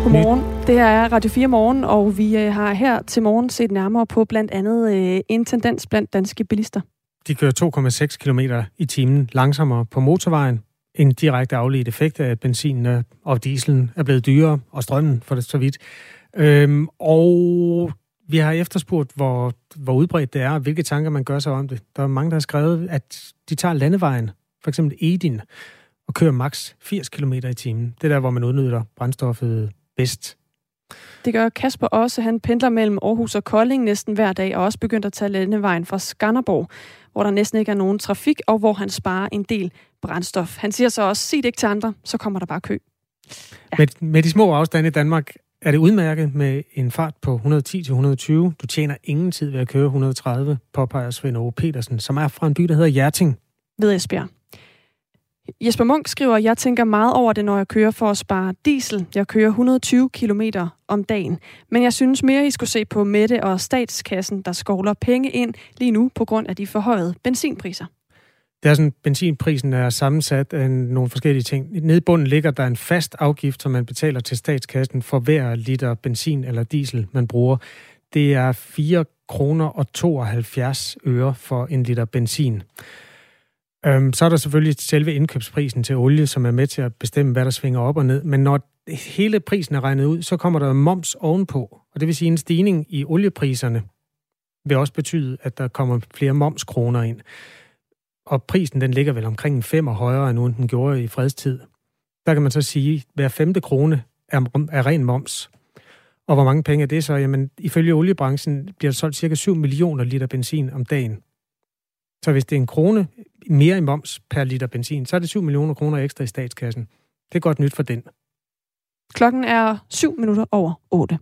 Godmorgen. Det her er Radio 4 Morgen, og vi har her til morgen set nærmere på blandt andet en tendens blandt danske bilister. De kører 2,6 km i timen langsommere på motorvejen. En direkte afledt effekt af, at benzinen og dieselen er blevet dyrere, og strømmen for det så vidt. Og vi har efterspurgt, hvor udbredt det er, og hvilke tanker man gør sig om det. Der er mange, der har skrevet, at de tager landevejen, for eksempel Edin, og kører maks 80 km i timen. Det er der, hvor man udnytter brændstoffet bedst. Det gør Kasper også. Han pendler mellem Aarhus og Kolding næsten hver dag, og også begyndt at tage landevejen fra Skanderborg, hvor der næsten ikke er nogen trafik, og hvor han sparer en del brændstof. Han siger så også, sig det ikke til andre, så kommer der bare kø. Ja. Med de små afstande i Danmark er det udmærket med en fart på 110-120. Du tjener ingen tid ved at køre 130, påpeger Svend Aage Petersen, som er fra en by, der hedder Hjerting. Ved Esbjerg. Jesper Munk skriver, jeg tænker meget over det, når jeg kører for at spare diesel. Jeg kører 120 kilometer om dagen. Men jeg synes mere, I skulle se på Mette og statskassen, der skovler penge ind lige nu på grund af de forhøjede benzinpriser. Det er sådan, benzinprisen er sammensat af nogle forskellige ting. Nede i bunden ligger der en fast afgift, som man betaler til statskassen for hver liter benzin eller diesel, man bruger. Det er 4 kroner og 72 øre for en liter benzin. Så er der selvfølgelig selve indkøbsprisen til olie, som er med til at bestemme, hvad der svinger op og ned. Men når hele prisen er regnet ud, så kommer der moms ovenpå. Og det vil sige, en stigning i oliepriserne vil også betyde, at der kommer flere momskroner ind. Og prisen, den ligger vel omkring 5 og højere, end den gjorde i fredstid. Der kan man så sige, at hver 5. krone er ren moms. Og hvor mange penge er det så? Jamen, ifølge oliebranchen bliver der solgt ca. 7 millioner liter benzin om dagen. Så hvis det er 1 krone mere i moms per liter benzin, så er det 7 millioner kroner ekstra i statskassen. Det er godt nyt for den. Klokken er 7:07.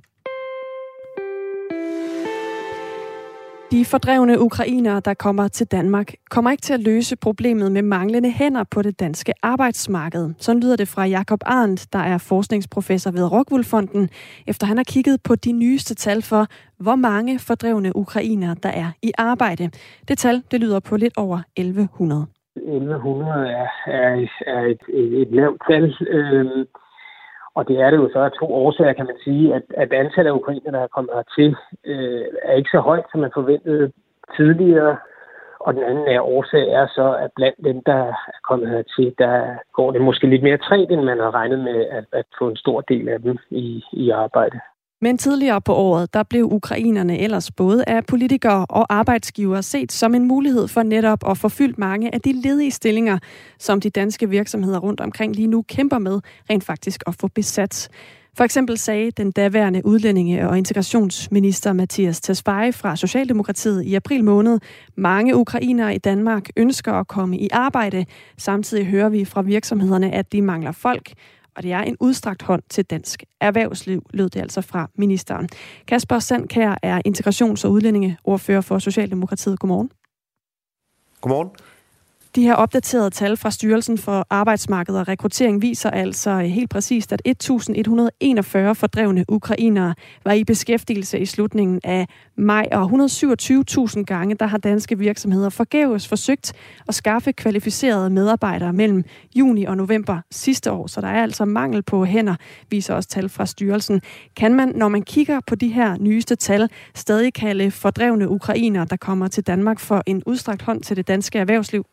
De fordrevne ukrainere, der kommer til Danmark, kommer ikke til at løse problemet med manglende hænder på det danske arbejdsmarked. Sådan lyder det fra Jakob Arndt, der er forskningsprofessor ved ROCKWOOL Fonden, efter han har kigget på de nyeste tal for, hvor mange fordrevne ukrainere, der er i arbejde. Det tal, det lyder på lidt over 1100. 1100 er et lavt tal. Og det er det jo så af 2 årsager, kan man sige, at antallet af ukrainere, der er kommet hertil, er ikke så højt, som man forventede tidligere. Og den anden årsag er så, at blandt dem, der er kommet hertil, der går det måske lidt mere træt, end man har regnet med at få en stor del af dem i arbejde. Men tidligere på året, der blev ukrainerne ellers både af politikere og arbejdsgivere set som en mulighed for netop at få fyldt mange af de ledige stillinger, som de danske virksomheder rundt omkring lige nu kæmper med rent faktisk at få besat. For eksempel sagde den daværende udlændinge- og integrationsminister Mattias Tesfaye fra Socialdemokratiet i april måned, mange ukrainere i Danmark ønsker at komme i arbejde. Samtidig hører vi fra virksomhederne, at de mangler folk. Og det er en udstrakt hånd til dansk erhvervsliv, lød det altså fra ministeren. Kasper Sandkjær er integrations- og udlændingeordfører for Socialdemokratiet. Godmorgen. Godmorgen. De her opdaterede tal fra Styrelsen for Arbejdsmarked og Rekruttering viser altså helt præcist, at 1.141 fordrevne ukrainere var i beskæftigelse i slutningen af maj, og 127.000 gange, der har danske virksomheder forgæves forsøgt at skaffe kvalificerede medarbejdere mellem juni og november sidste år. Så der er altså mangel på hænder, viser også tal fra styrelsen. Kan man, når man kigger på de her nyeste tal, stadig kalde fordrevne ukrainere, der kommer til Danmark, for en udstrakt hånd til det danske erhvervsliv?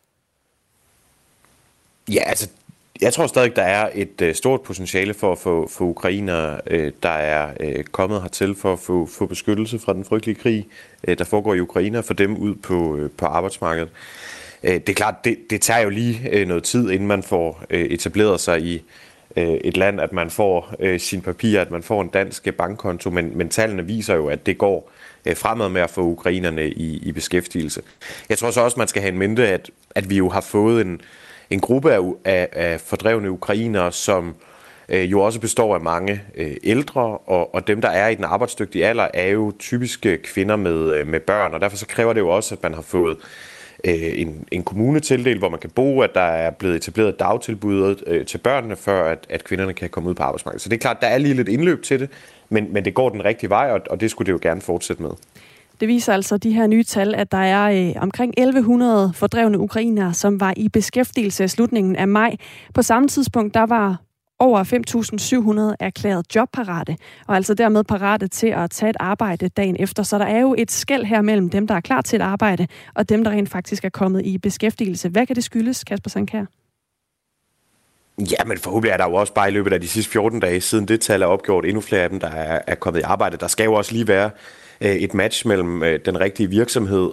Ja, altså, jeg tror stadig, der er et stort potentiale for at få ukrainere, der er kommet hertil for at få beskyttelse fra den frygtelige krig, der foregår i Ukraine, og få dem ud på arbejdsmarkedet. Det er klart, det tager jo lige noget tid, inden man får etableret sig i et land, at man får sine papirer, at man får en dansk bankkonto, men tallene viser jo, at det går fremad med at få ukrainerne i beskæftigelse. Jeg tror så også, man skal have en mente, at vi jo har fået en gruppe af fordrevne ukrainere, som jo også består af mange ældre, og dem, der er i den arbejdsdygtige alder, er jo typisk kvinder med børn, og derfor så kræver det jo også, at man har fået en kommune tildelt, hvor man kan bo, at der er blevet etableret dagtilbud til børnene, før at kvinderne kan komme ud på arbejdsmarkedet. Så det er klart, der er lige lidt indløb til det, men det går den rigtige vej, og det skulle det jo gerne fortsætte med. Det viser altså de her nye tal, at der er omkring 1100 fordrevne ukrainere, som var i beskæftigelse i slutningen af maj. På samme tidspunkt, der var over 5.700 erklæret jobparate, og altså dermed parate til at tage et arbejde dagen efter. Så der er jo et skel her mellem dem, der er klar til et arbejde, og dem, der rent faktisk er kommet i beskæftigelse. Hvad kan det skyldes, Kasper Sandkjær? Ja, men forhåbentlig er der jo også bare i løbet af de sidste 14 dage, siden det tal er opgjort, endnu flere af dem, der er kommet i arbejde. Der skal jo også lige være et match mellem den rigtige virksomhed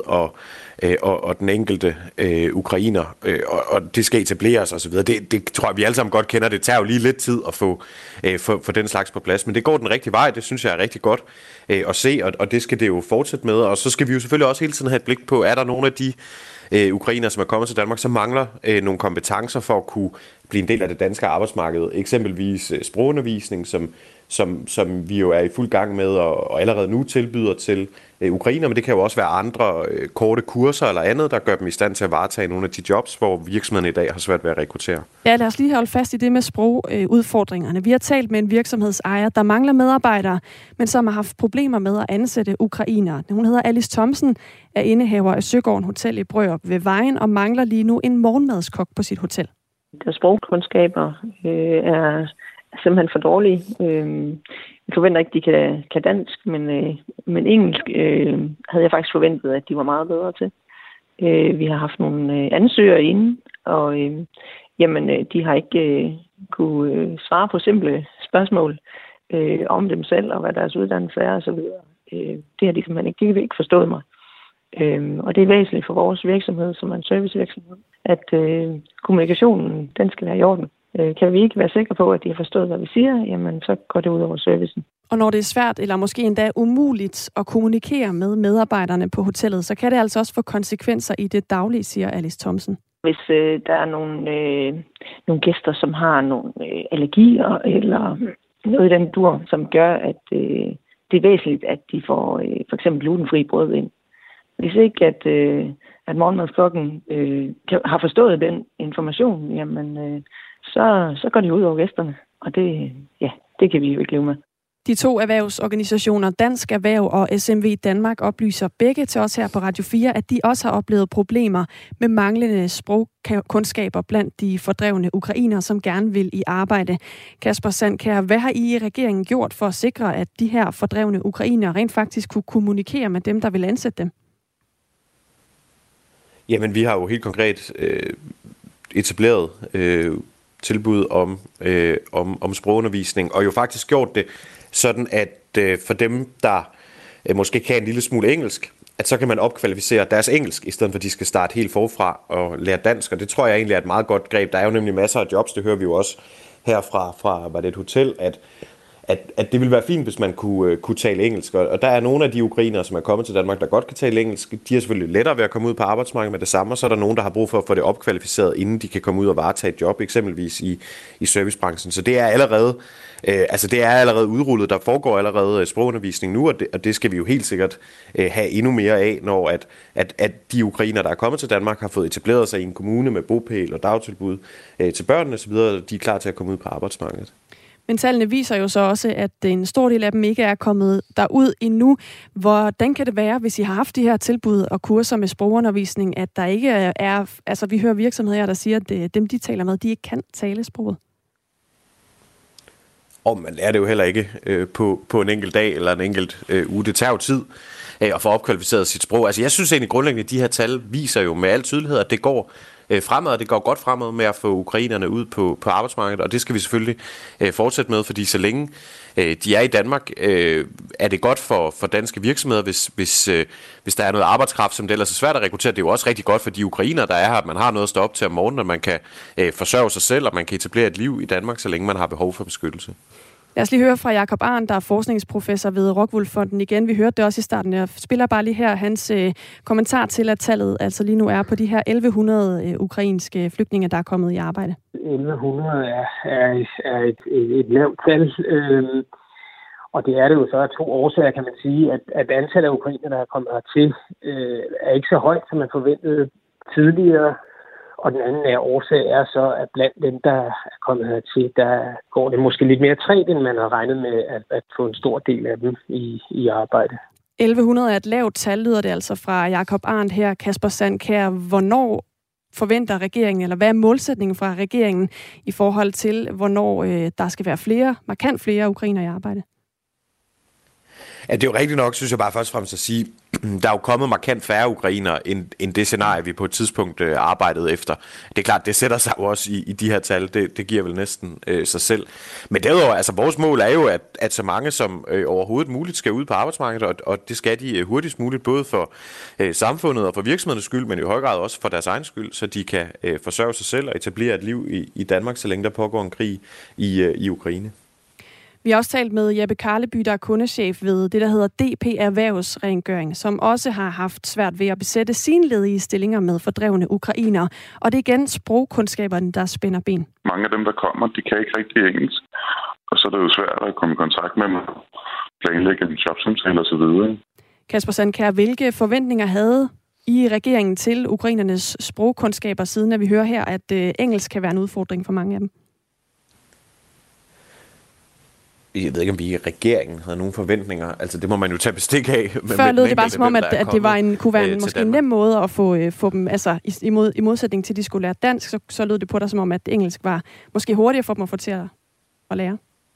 og den enkelte ukrainer, og det skal etableres osv. Det tror jeg, vi alle sammen godt kender. Det tager jo lige lidt tid at få den slags på plads, men det går den rigtige vej. Det synes jeg er rigtig godt at se, og det skal det jo fortsætte med. Og så skal vi jo selvfølgelig også hele tiden have et blik på, er der nogle af de ukrainer, som er kommet til Danmark, som mangler nogle kompetencer for at kunne blive en del af det danske arbejdsmarked. Eksempelvis sprogundervisning, som vi jo er i fuld gang med og allerede nu tilbyder til ukrainer, men det kan jo også være andre korte kurser eller andet, der gør dem i stand til at varetage nogle af de jobs, hvor virksomhederne i dag har svært ved at rekruttere. Ja, lad os lige holde fast i det med sprogudfordringerne. Vi har talt med en virksomhedsejer, der mangler medarbejdere, men som har haft problemer med at ansætte ukrainere. Hun hedder Alice Thomsen, er indehaver af Søgården Hotel i Brørup ved Vejen og mangler lige nu en morgenmadskok på sit hotel. Deres sprogkundskaber er simpelthen for dårlige. Jeg forventer ikke, de kan dansk, men engelsk havde jeg faktisk forventet, at de var meget bedre til. Vi har haft nogle ansøgere inde, og de har ikke kunne svare på simple spørgsmål om dem selv, og hvad deres uddannelse er osv. Det har de simpelthen ikke. De har ikke forstået mig. Og det er væsentligt for vores virksomhed, som er en servicevirksomhed, at kommunikationen, den skal være i orden. Kan vi ikke være sikre på, at de har forstået, hvad vi siger, jamen så går det ud over servicen. Og når det er svært, eller måske endda umuligt at kommunikere med medarbejderne på hotellet, så kan det altså også få konsekvenser i det daglige, siger Alice Thomsen. Hvis der er nogle gæster, som har nogle allergier, eller noget i den dur, som gør, at det er væsentligt, at de får for eksempel glutenfri brød ind. Hvis ikke, at morgenmadskokken har forstået den information, jamen så går det ud over gæsterne. Og det kan vi jo ikke leve med. De to erhvervsorganisationer, Dansk Erhverv og SMV Danmark, oplyser begge til os her på Radio 4, at de også har oplevet problemer med manglende sprogkundskaber blandt de fordrevne ukrainere, som gerne vil i arbejde. Kasper Sandkjær, hvad har I i regeringen gjort for at sikre, at de her fordrevne ukrainere rent faktisk kunne kommunikere med dem, der vil ansætte dem? Jamen, vi har jo helt konkret etableret tilbud om sprogundervisning, og jo faktisk gjort det sådan, at for dem, der måske kan en lille smule engelsk, at så kan man opkvalificere deres engelsk, i stedet for at de skal starte helt forfra og lære dansk, og det tror jeg egentlig er et meget godt greb. Der er jo nemlig masser af jobs, det hører vi jo også herfra var det et hotel, at det ville være fint, hvis man kunne tale engelsk. Og der er nogle af de ukrainere, som er kommet til Danmark, der godt kan tale engelsk. De har selvfølgelig lettere ved at komme ud på arbejdsmarkedet med det samme, og så er der nogen, der har brug for at få det opkvalificeret, inden de kan komme ud og varetage et job, eksempelvis i servicebranchen. Så det er allerede udrullet. Der foregår allerede sprogundervisning nu, og det skal vi jo helt sikkert have endnu mere af, når at de ukrainere, der er kommet til Danmark, har fået etableret sig i en kommune med bopæl og dagtilbud til børnene osv., de er klar til at komme ud på arbejdsmarkedet. Men tallene viser jo så også, at en stor del af dem ikke er kommet derud endnu. Hvordan kan det være, hvis I har haft de her tilbud og kurser med sprogundervisning, at der ikke er... Altså, vi hører virksomheder, der siger, at dem, de taler med, de ikke kan tale sproget? Og man lærer det jo heller ikke på en enkelt dag eller en enkelt uge. Det tager jo tid at få opkvalificeret sit sprog. Altså, jeg synes egentlig grundlæggende, at de her tal viser jo med al tydelighed, at det går fremad, og det går godt fremad med at få ukrainerne ud på arbejdsmarkedet, og det skal vi selvfølgelig fortsætte med, fordi så længe de er i Danmark, er det godt for danske virksomheder, hvis der er noget arbejdskraft, som det ellers er svært at rekruttere. Det er jo også rigtig godt for de ukrainere, der er her, at man har noget at stå op til om morgenen, og man kan forsørge sig selv, og man kan etablere et liv i Danmark, så længe man har behov for beskyttelse. Lad os lige høre fra Jakob Arndt, der er forskningsprofessor ved Rockwool Fonden igen. Vi hørte det også i starten. Jeg spiller bare lige her hans kommentar til, at tallet altså lige nu er på de her 1100 ukrainske flygtninge, der er kommet i arbejde. 1100 er et lavt tal, og det er det jo så af to årsager, kan man sige, at antallet af ukrainere, der er kommet hertil, er ikke så højt, som man forventede tidligere. Og den anden årsag er så, at blandt dem, der er kommet hertil, der går det måske lidt mere træt, end man har regnet med at få en stor del af dem i arbejde. 1100 er et lavt tal, lyder det altså fra Jakob Arndt her. Kasper Sandkjær, hvornår forventer regeringen, eller hvad er målsætningen fra regeringen i forhold til, hvornår der skal være markant flere ukrainere i arbejde? Ja, det er jo rigtigt nok, synes jeg bare først og fremmest at sige, der er jo kommet markant færre ukrainere end det scenarie, vi på et tidspunkt arbejdede efter. Det er klart, det sætter sig jo også i de her tal, det giver vel næsten sig selv. Men derudover, altså vores mål er jo, at så mange som overhovedet muligt skal ud på arbejdsmarkedet, og det skal de hurtigst muligt, både for samfundet og for virksomhedernes skyld, men i høj grad også for deres egen skyld, så de kan forsørge sig selv og etablere et liv i Danmark, så længe der pågår en krig i Ukraine. Vi har også talt med Jeppe Karleby, der er kundechef ved det, der hedder DP Erhvervsrengøring, som også har haft svært ved at besætte sine ledige stillinger med fordrevne ukrainere. Og det er igen sprogkundskaberne, der spænder ben. Mange af dem, der kommer, de kan ikke rigtig engelsk. Og så er det jo svært at komme i kontakt med dem, planlægge en jobsamtale osv. Kasper Sandkjær, hvilke forventninger havde I regeringen til ukrainernes sprogkundskaber, siden at vi hører her, at engelsk kan være en udfordring for mange af dem? Jeg ved ikke, om vi i regeringen havde nogle forventninger. Altså, det må man jo tage bestik af. Før lød det bare som om, at det kunne være måske en nem måde at få dem, altså i modsætning til, at de skulle lære dansk, så lød det på dig som om, at engelsk var måske hurtigere for dem at få til at lære.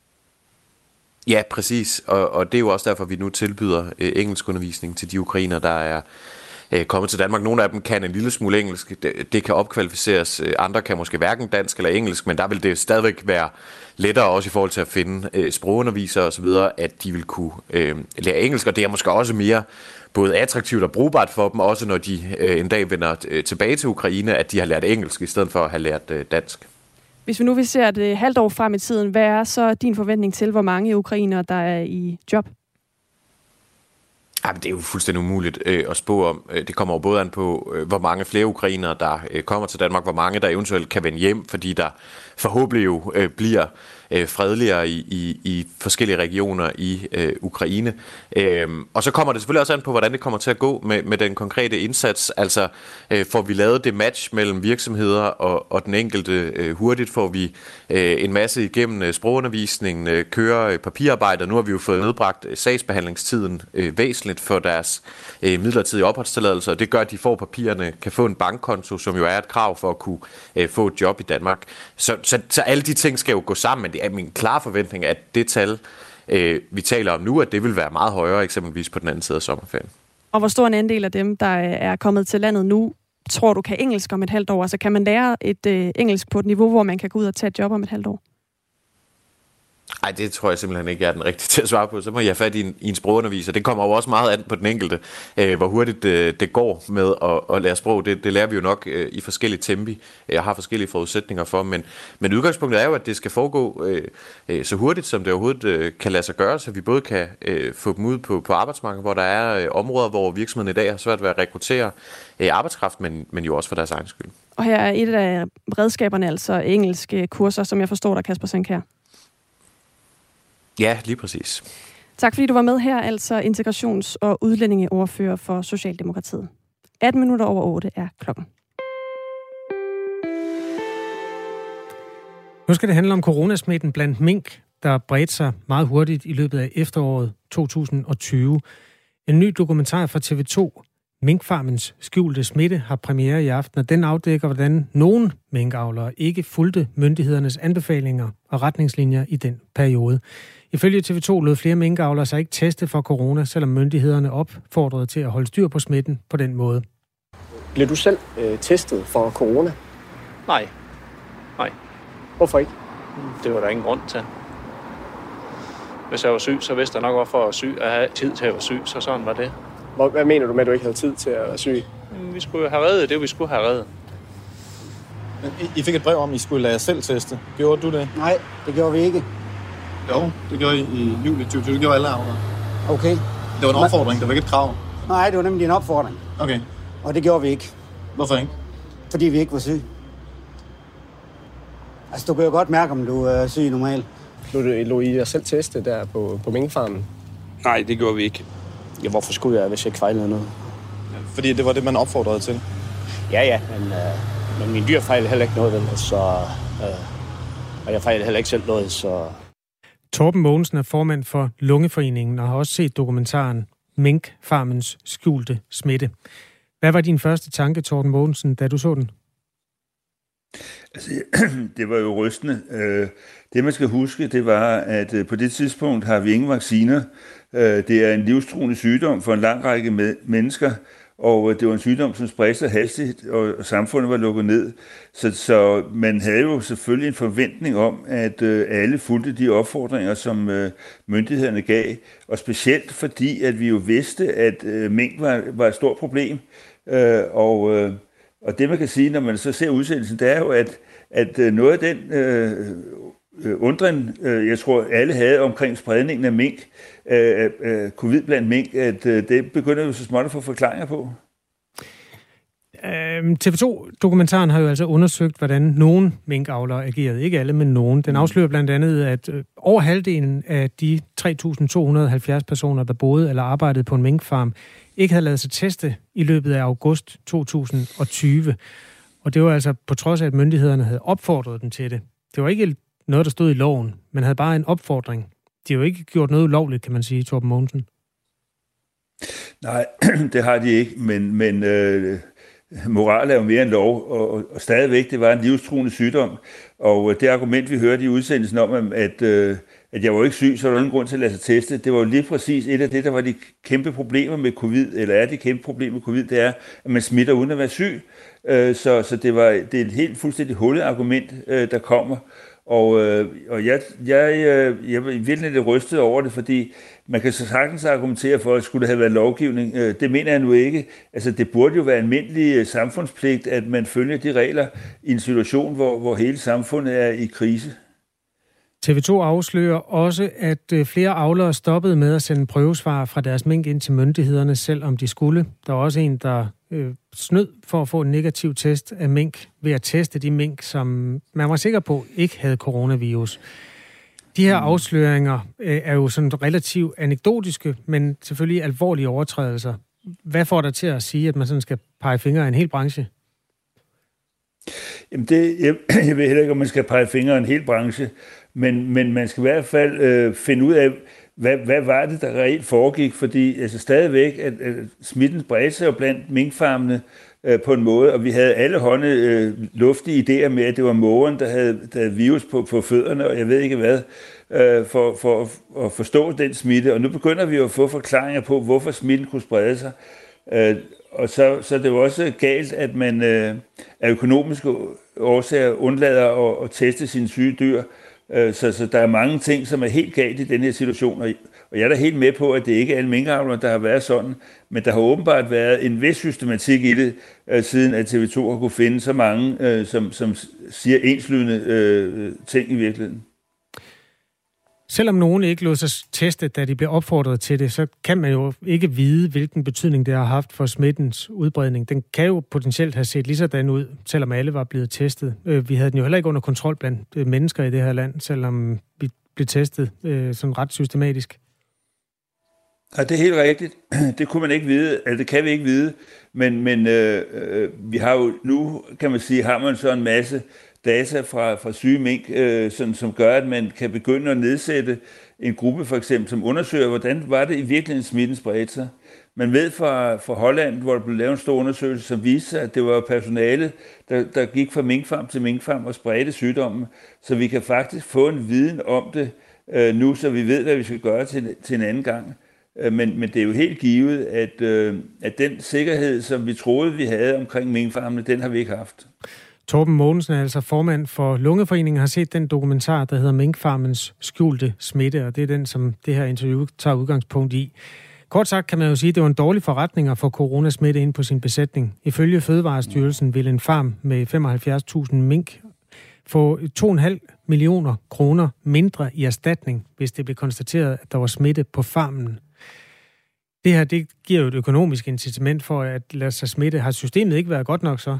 Ja, præcis. Og det er jo også derfor, vi nu tilbyder engelskundervisning til de ukrainere, der er kommet til Danmark. Nogle af dem kan en lille smule engelsk. Det kan opkvalificeres. Andre kan måske hverken dansk eller engelsk, men der vil det stadigvæk være lettere også i forhold til at finde sprogundervisere osv., at de vil kunne lære engelsk, og det er måske også mere både attraktivt og brugbart for dem, også når de en dag vender tilbage til Ukraine, at de har lært engelsk i stedet for at have lært dansk. Hvis vi nu ser det halvt år frem i tiden, hvad er så din forventning til, hvor mange ukrainere, der er i job? Jamen, det er jo fuldstændig umuligt at spå om. Det kommer jo både an på, hvor mange flere ukrainere, der kommer til Danmark, hvor mange der eventuelt kan vende hjem, fordi der forhåbentlig jo bliver fredeligere i forskellige regioner i Ukraine. Og så kommer det selvfølgelig også an på, hvordan det kommer til at gå med den konkrete indsats. Altså, får vi lavet det match mellem virksomheder og den enkelte hurtigt, får vi en masse igennem sprogundervisningen, kører papirarbejde, og nu har vi jo fået nedbragt sagsbehandlingstiden væsentligt for deres midlertidige opholdstilladelse, og det gør, at de får papirerne, kan få en bankkonto, som jo er et krav for at kunne få et job i Danmark. Så alle de ting skal jo gå sammen, men det er min klare forventning, at det tal, vi taler om nu, at det vil være meget højere, eksempelvis på den anden side af sommerferien. Og hvor stor en andel af dem, der er kommet til landet nu, tror du kan engelsk om et halvt år? Altså kan man lære et engelsk på et niveau, hvor man kan gå ud og tage et job om et halvt år? Nej, det tror jeg simpelthen ikke er den rigtige til at svare på. Så må jeg have fat i en sprogunderviser. Det kommer jo også meget an på den enkelte, hvor hurtigt det går med at lære sprog. Det lærer vi jo nok i forskellige tempi. Jeg har forskellige forudsætninger for, men udgangspunktet er jo, at det skal foregå så hurtigt, som det overhovedet kan lade sig gøre, så vi både kan få dem ud på arbejdsmarkedet, hvor der er områder, hvor virksomheden i dag har svært ved at rekruttere arbejdskraft, men jo også for deres egen skyld. Og her er et af redskaberne, altså engelske kurser, som jeg forstår dig, Kasper Sandkjær. Ja, lige præcis. Tak fordi du var med her, altså integrations- og udlændingeordfører for Socialdemokratiet. 8:18 er klokken. Nu skal det handle om coronasmitten blandt mink, der bredte sig meget hurtigt i løbet af efteråret 2020. En ny dokumentar fra TV2, Minkfarmens skjulte smitte, har premiere i aften, og den afdækker, hvordan nogle minkavlere ikke fulgte myndighedernes anbefalinger og retningslinjer i den periode. Ifølge TV2 lod flere minkavlere sig ikke teste for corona, selvom myndighederne opfordrede til at holde styr på smitten på den måde. Blev du selv testet for corona? Nej. Hvorfor ikke? Det var der ingen grund til. Hvis jeg var syg, så vidste jeg nok, hvorfor jeg var syg. Jeg havde tid til at være syg, så sådan var det. Hvad mener du med, at du ikke havde tid til at være syg? Vi skulle have reddet det, vi skulle have reddet. Men I fik et brev om, at I skulle lade jer selv teste. Gjorde du det? Nej, det gjorde vi ikke. Jo, det gjorde I i juli 2020. Det gjorde alle avlere. Okay. Det var en opfordring, det var ikke et krav. Nej, det var nemlig en opfordring. Okay. Og det gjorde vi ikke. Hvorfor ikke? Fordi vi ikke var syge. Altså, du kan jo godt mærke, om du er syg normalt. Lå I jer selv teste der på minkfarmen? Nej, det gjorde vi ikke. Ja, hvorfor skulle jeg, hvis jeg ikke fejlede noget? Fordi det var det, man opfordrede til. Ja, men min dyr fejlede heller ikke noget, så, og jeg fejlede heller ikke selv noget, så... Torben Mogensen er formand for Lungeforeningen og har også set dokumentaren Minkfarmens skjulte smitte. Hvad var din første tanke, Torben Mogensen, da du så den? Altså, det var jo rystende. Det, man skal huske, det var, at på det tidspunkt har vi ingen vacciner. Det er en livstruende sygdom for en lang række mennesker, og det var en sygdom, som spredte sig hastigt, og samfundet var lukket ned. Så man havde jo selvfølgelig en forventning om, at alle fulgte de opfordringer, som myndighederne gav, og specielt fordi, at vi jo vidste, at mink var et stort problem. Og det, man kan sige, når man så ser udsendelsen, det er jo, at noget af den undren, jeg tror, alle havde omkring spredningen af mink, covid blandt mink, at det begynder jo så småt at få forklaringer på. TV2-dokumentaren har jo altså undersøgt, hvordan nogle minkavlere agerede. Ikke alle, men nogen. Den afslører blandt andet, at over halvdelen af de 3.270 personer, der boede eller arbejdede på en minkfarm, ikke havde ladet sig teste i løbet af august 2020. Og det var altså på trods af, at myndighederne havde opfordret dem til det. Det var ikke noget, der stod i loven, men havde bare en opfordring. De har jo ikke gjort noget ulovligt, kan man sige, Torben Mogensen. Nej, det har de ikke, men moral er jo mere end lov, og stadigvæk, det var en livstruende sygdom. Og det argument, vi hørte i udsendelsen om, at jeg var ikke syg, så var der ingen grund til at lade sig teste. Det var jo lige præcis et af det, der var de kæmpe problemer med covid, eller er de kæmpe problemer med covid, det er, at man smitter uden at være syg. Så det er et helt fuldstændig hullet argument, der kommer. Og jeg er virkelig lidt rystet over det, fordi man kan så sagtens argumentere for, at skulle det have været lovgivning. Det mener jeg nu ikke. Altså, det burde jo være almindelig samfundspligt, at man følger de regler i en situation, hvor hele samfundet er i krise. TV2 afslører også, at flere avlere stoppede med at sende prøvesvar fra deres mink ind til myndighederne, selvom de skulle. Der var også en, der snød for at få en negativ test af mink ved at teste de mink, som man var sikker på ikke havde coronavirus. De her afsløringer er jo sådan relativt anekdotiske, men selvfølgelig alvorlige overtrædelser. Hvad får dig til at sige, at man sådan skal pege fingre af en hel branche? Jamen jeg ved heller ikke, om man skal pege fingre af en hel branche, men man skal i hvert fald finde ud af, hvad var det, der reelt foregik, fordi altså stadigvæk, at smitten spredte sig jo blandt minkfarmene på en måde, og vi havde alle hånde luftige idéer med, at det var mågeren, der havde virus på fødderne, og jeg ved ikke hvad, for at forstå den smitte. Og nu begynder vi jo at få forklaringer på, hvorfor smitten kunne sprede sig. Og så er det jo også galt, at man af økonomiske årsager undlader at teste sine syge dyr. Så der er mange ting, som er helt galt i den her situation, og jeg er da helt med på, at det ikke er alle minkavlere, der har været sådan, men der har åbenbart været en vis systematik i det, siden at TV2 har kunne finde så mange, som siger enslydende ting i virkeligheden. Selvom nogen ikke lod sig teste, da de blev opfordret til det, så kan man jo ikke vide, hvilken betydning det har haft for smittens udbredning. Den kan jo potentielt have set lige sådan ud, selvom alle var blevet testet. Vi havde den jo heller ikke under kontrol blandt mennesker i det her land, selvom vi blev testet sådan ret systematisk. Ja, det er helt rigtigt. Det kunne man ikke vide, eller det kan vi ikke vide, men vi har jo nu, kan man sige, har man så en masse data fra syge mink, som gør, at man kan begynde at nedsætte en gruppe, for eksempel, som undersøger, hvordan var det i virkeligheden smitten spredte sig. Man ved fra Holland, hvor der blev lavet en stor undersøgelse, som viste sig, at det var personale, der gik fra minkfarm til minkfarm og spredte sygdommen. Så vi kan faktisk få en viden om det nu, så vi ved, hvad vi skal gøre til en anden gang. Men det er jo helt givet, at den sikkerhed, som vi troede, vi havde omkring minkfarmene, den har vi ikke haft. Torben Mogensen, altså formand for Lungeforeningen, har set den dokumentar, der hedder Minkfarmens skjulte smitte, og det er den, som det her interview tager udgangspunkt i. Kort sagt kan man jo sige, at det var en dårlig forretning at få coronasmitte ind på sin besætning. Ifølge Fødevarestyrelsen ville en farm med 75.000 mink få 2,5 millioner kroner mindre i erstatning, hvis det blev konstateret, at der var smitte på farmen. Det her, det giver jo et økonomisk incitament for at lade sig smitte. Har systemet ikke været godt nok så?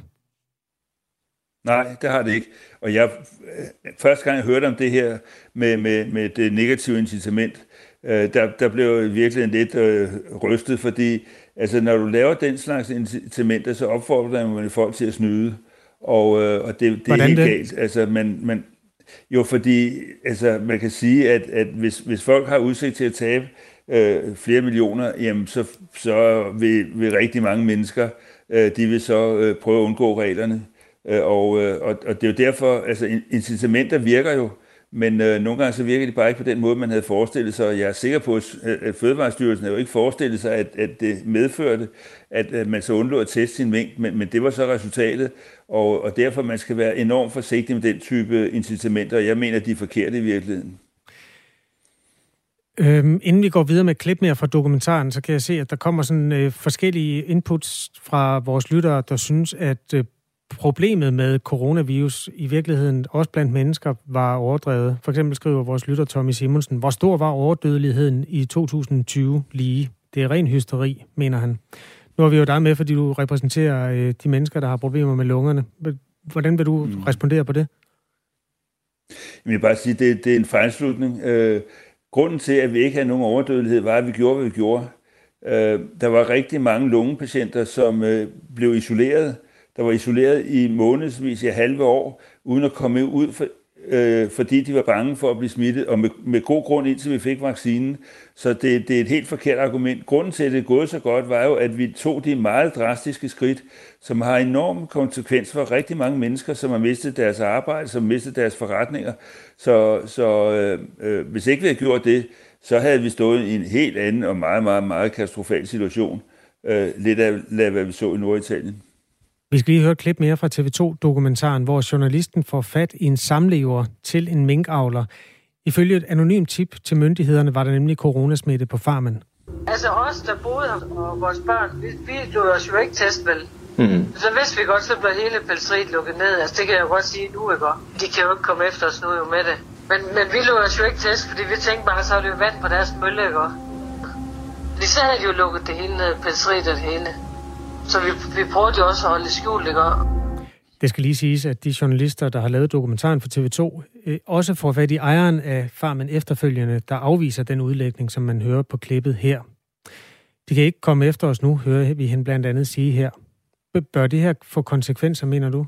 Nej, det har det ikke. Og første gang jeg hørte om det her med det negative incitament, der blev jeg virkelig lidt rystet, fordi altså, når du laver den slags incitamenter, så opfordrer man folk til at snyde. Og det er helt galt. Altså, jo, fordi altså, man kan sige, at hvis folk har udsigt til at tabe flere millioner, jamen, så vil rigtig mange mennesker, de vil så prøve at undgå reglerne. Og det er jo derfor, altså incitamenter virker jo, men nogle gange så virker de bare ikke på den måde, man havde forestillet sig. Og jeg er sikker på, at Fødevarestyrelsen havde jo ikke forestillet sig, at det medførte, at man så undlod at teste sin mink, men det var så resultatet. Og derfor man skal være enormt forsigtig med den type incitamenter, og jeg mener, at de er forkerte i virkeligheden. Inden vi går videre med et klip mere fra dokumentaren, så kan jeg se, at der kommer sådan forskellige inputs fra vores lyttere, der synes, at problemet med coronavirus i virkeligheden også blandt mennesker var overdrevet. For eksempel skriver vores lytter Tommy Simonsen, hvor stor var overdødeligheden i 2020 lige? Det er ren hysteri, mener han. Nu har vi jo dig med, fordi du repræsenterer de mennesker, der har problemer med lungerne. Hvordan vil du respondere på det? Jeg vil bare sige, at det er en fejlslutning. Grunden til, at vi ikke havde nogen overdødelighed, var, at vi gjorde, hvad vi gjorde. Der var rigtig mange lungepatienter, som blev isoleret. Der var isoleret i månedsvis i halve år, uden at komme ud, fordi de var bange for at blive smittet, og med god grund indtil vi fik vaccinen. Så det er et helt forkert argument. Grunden til, at det er gået så godt, var jo, at vi tog de meget drastiske skridt, som har enorme konsekvenser for rigtig mange mennesker, som har mistet deres arbejde, som har mistet deres forretninger. Så hvis ikke vi havde gjort det, så havde vi stået i en helt anden og meget, meget, meget katastrofal situation. Lidt af, hvad vi så i Norditalien. Vi skal lige høre et klip mere fra TV2-dokumentaren, hvor journalisten får fat i en samlever til en minkavler. Ifølge et anonymt tip til myndighederne var der nemlig coronasmitte på farmen. Altså os, der boede her, og vores børn, vi lod os jo ikke teste, vel? Så vidste vi godt, så blev hele pelseriet lukket ned. Altså det kan jeg jo godt sige nu, ikke? De kan jo ikke komme efter os nu jo med det. Men vi lod os jo ikke teste, fordi vi tænkte bare, så er det jo vand på deres mølle, ikke? Fordi så havde de jo lukket det hele ned, pelseriet og det hele. Så vi prøvede jo også at holde det skjult, ikke? Det skal lige siges, at de journalister, der har lavet dokumentaren for TV2, også får fat i ejeren af farmen efterfølgende, der afviser den udlægning, som man hører på klippet her. De kan ikke komme efter os nu, hører vi hende blandt andet sige her. Bør det her få konsekvenser, mener du?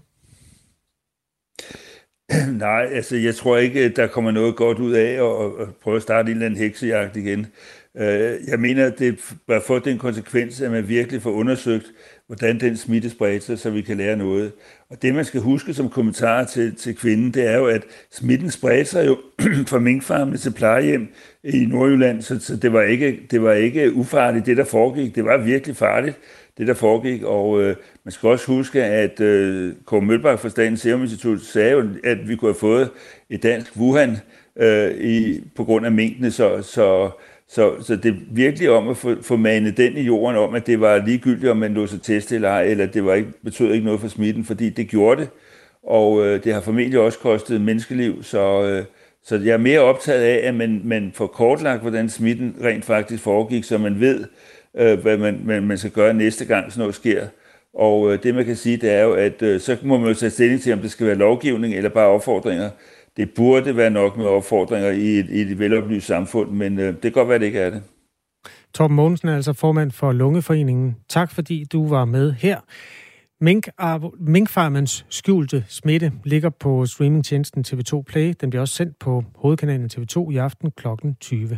Nej, altså jeg tror ikke, der kommer noget godt ud af at prøve at starte en eller anden heksejagt igen. Jeg mener, at det bør få den konsekvens, at man virkelig får undersøgt, hvordan den smitte spreder sig, så vi kan lære noget. Og det, man skal huske som kommentar til kvinden, det er jo, at smitten spreder sig jo fra minkfarmene til plejehjem i Nordjylland, så det var ikke ufarligt, det der foregik. Det var virkelig farligt, det der foregik, og man skal også huske, at Kåre Mølbak fra Statens Serum Institut sagde jo, at vi kunne have fået et dansk Wuhan på grund af minkene, så det er virkelig om at få manet den i jorden om, at det var ligegyldigt, om man lå sig teste eller ej, eller det betød ikke noget for smitten, fordi det gjorde det, og det har formentlig også kostet menneskeliv, så jeg er mere optaget af, at man får kortlagt, hvordan smitten rent faktisk foregik, så man ved, hvad man skal gøre næste gang, sådan noget sker. Og det man kan sige, det er jo, at så må man jo tage stilling til, om det skal være lovgivning eller bare opfordringer. Det burde være nok med opfordringer i et veloplyst samfund, men det kan godt være, det ikke er det. Torben Mogensen er altså formand for Lungeforeningen. Tak fordi du var med her. Minkfarmens skjulte smitte ligger på streamingtjenesten TV2 Play. Den bliver også sendt på hovedkanalen TV2 i aften kl. 20.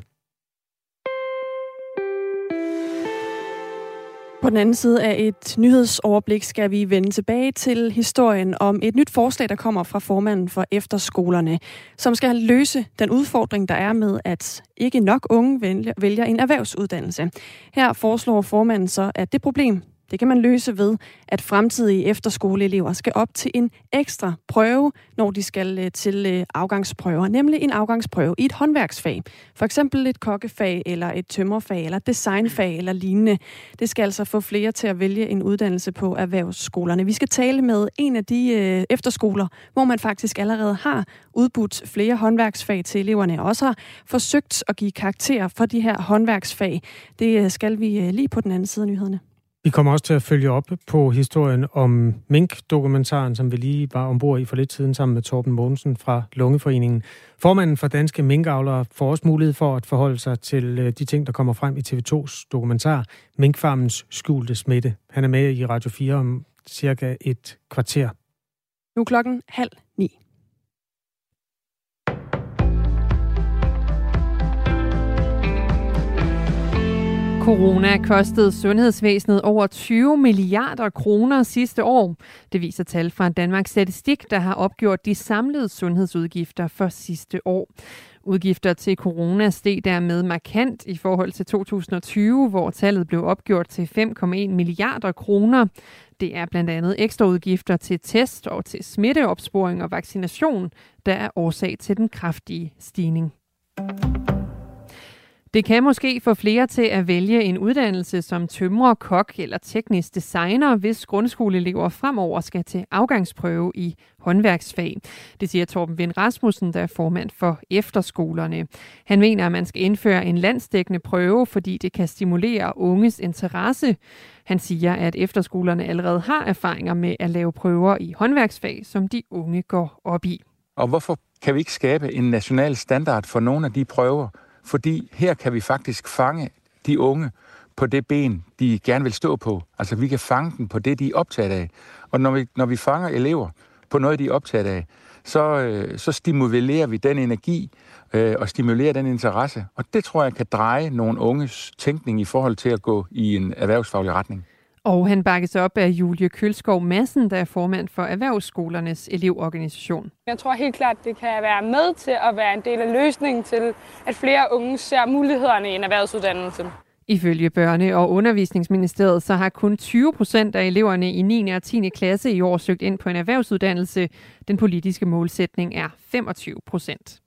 På den anden side af et nyhedsoverblik skal vi vende tilbage til historien om et nyt forslag, der kommer fra formanden for efterskolerne, som skal løse den udfordring, der er med, at ikke nok unge vælger en erhvervsuddannelse. Her foreslår formanden så, at det problem, det kan man løse ved, at fremtidige efterskoleelever skal op til en ekstra prøve, når de skal til afgangsprøver, nemlig en afgangsprøve i et håndværksfag. For eksempel et kokkefag, eller et tømmerfag, eller et designfag, eller lignende. Det skal altså få flere til at vælge en uddannelse på erhvervsskolerne. Vi skal tale med en af de efterskoler, hvor man faktisk allerede har udbudt flere håndværksfag til eleverne, og også har forsøgt at give karakterer for de her håndværksfag. Det skal vi lige på den anden side af nyhederne. Vi kommer også til at følge op på historien om mink-dokumentaren, som vi lige var ombord i for lidt siden sammen med Torben Mogensen fra Lungeforeningen. Formanden for Danske Minkavlere får også mulighed for at forholde sig til de ting, der kommer frem i TV2's dokumentar Minkfarmens skjulte smitte. Han er med i Radio 4 om cirka et kvarter. Nu 8:30. Corona kostede sundhedsvæsenet over 20 milliarder kroner sidste år. Det viser tal fra Danmarks Statistik, der har opgjort de samlede sundhedsudgifter for sidste år. Udgifter til corona steg dermed markant i forhold til 2020, hvor tallet blev opgjort til 5,1 milliarder kroner. Det er blandt andet ekstraudgifter til test og til smitteopsporing og vaccination, der er årsag til den kraftige stigning. Det kan måske få flere til at vælge en uddannelse som tømrer, kok eller teknisk designer, hvis grundskoleelever fremover skal til afgangsprøve i håndværksfag. Det siger Torben Wind Rasmussen, der er formand for efterskolerne. Han mener, at man skal indføre en landsdækkende prøve, fordi det kan stimulere unges interesse. Han siger, at efterskolerne allerede har erfaringer med at lave prøver i håndværksfag, som de unge går op i. Og hvorfor kan vi ikke skabe en national standard for nogle af de prøver? Fordi her kan vi faktisk fange de unge på det ben, de gerne vil stå på. Altså vi kan fange dem på det, de er optaget af. Og når vi fanger elever på noget, de er optaget af, så stimulerer vi den energi og stimulerer den interesse. Og det tror jeg kan dreje nogle unges tænkning i forhold til at gå i en erhvervsfaglig retning. Og han bakkes op af Julie Kølskov Madsen, der er formand for Erhvervsskolernes elevorganisation. Jeg tror helt klart, det kan være med til at være en del af løsningen til, at flere unge ser mulighederne i en erhvervsuddannelse. Ifølge Børne- og Undervisningsministeriet så har kun 20% af eleverne i 9. og 10. klasse i år søgt ind på en erhvervsuddannelse. Den politiske målsætning er 25%.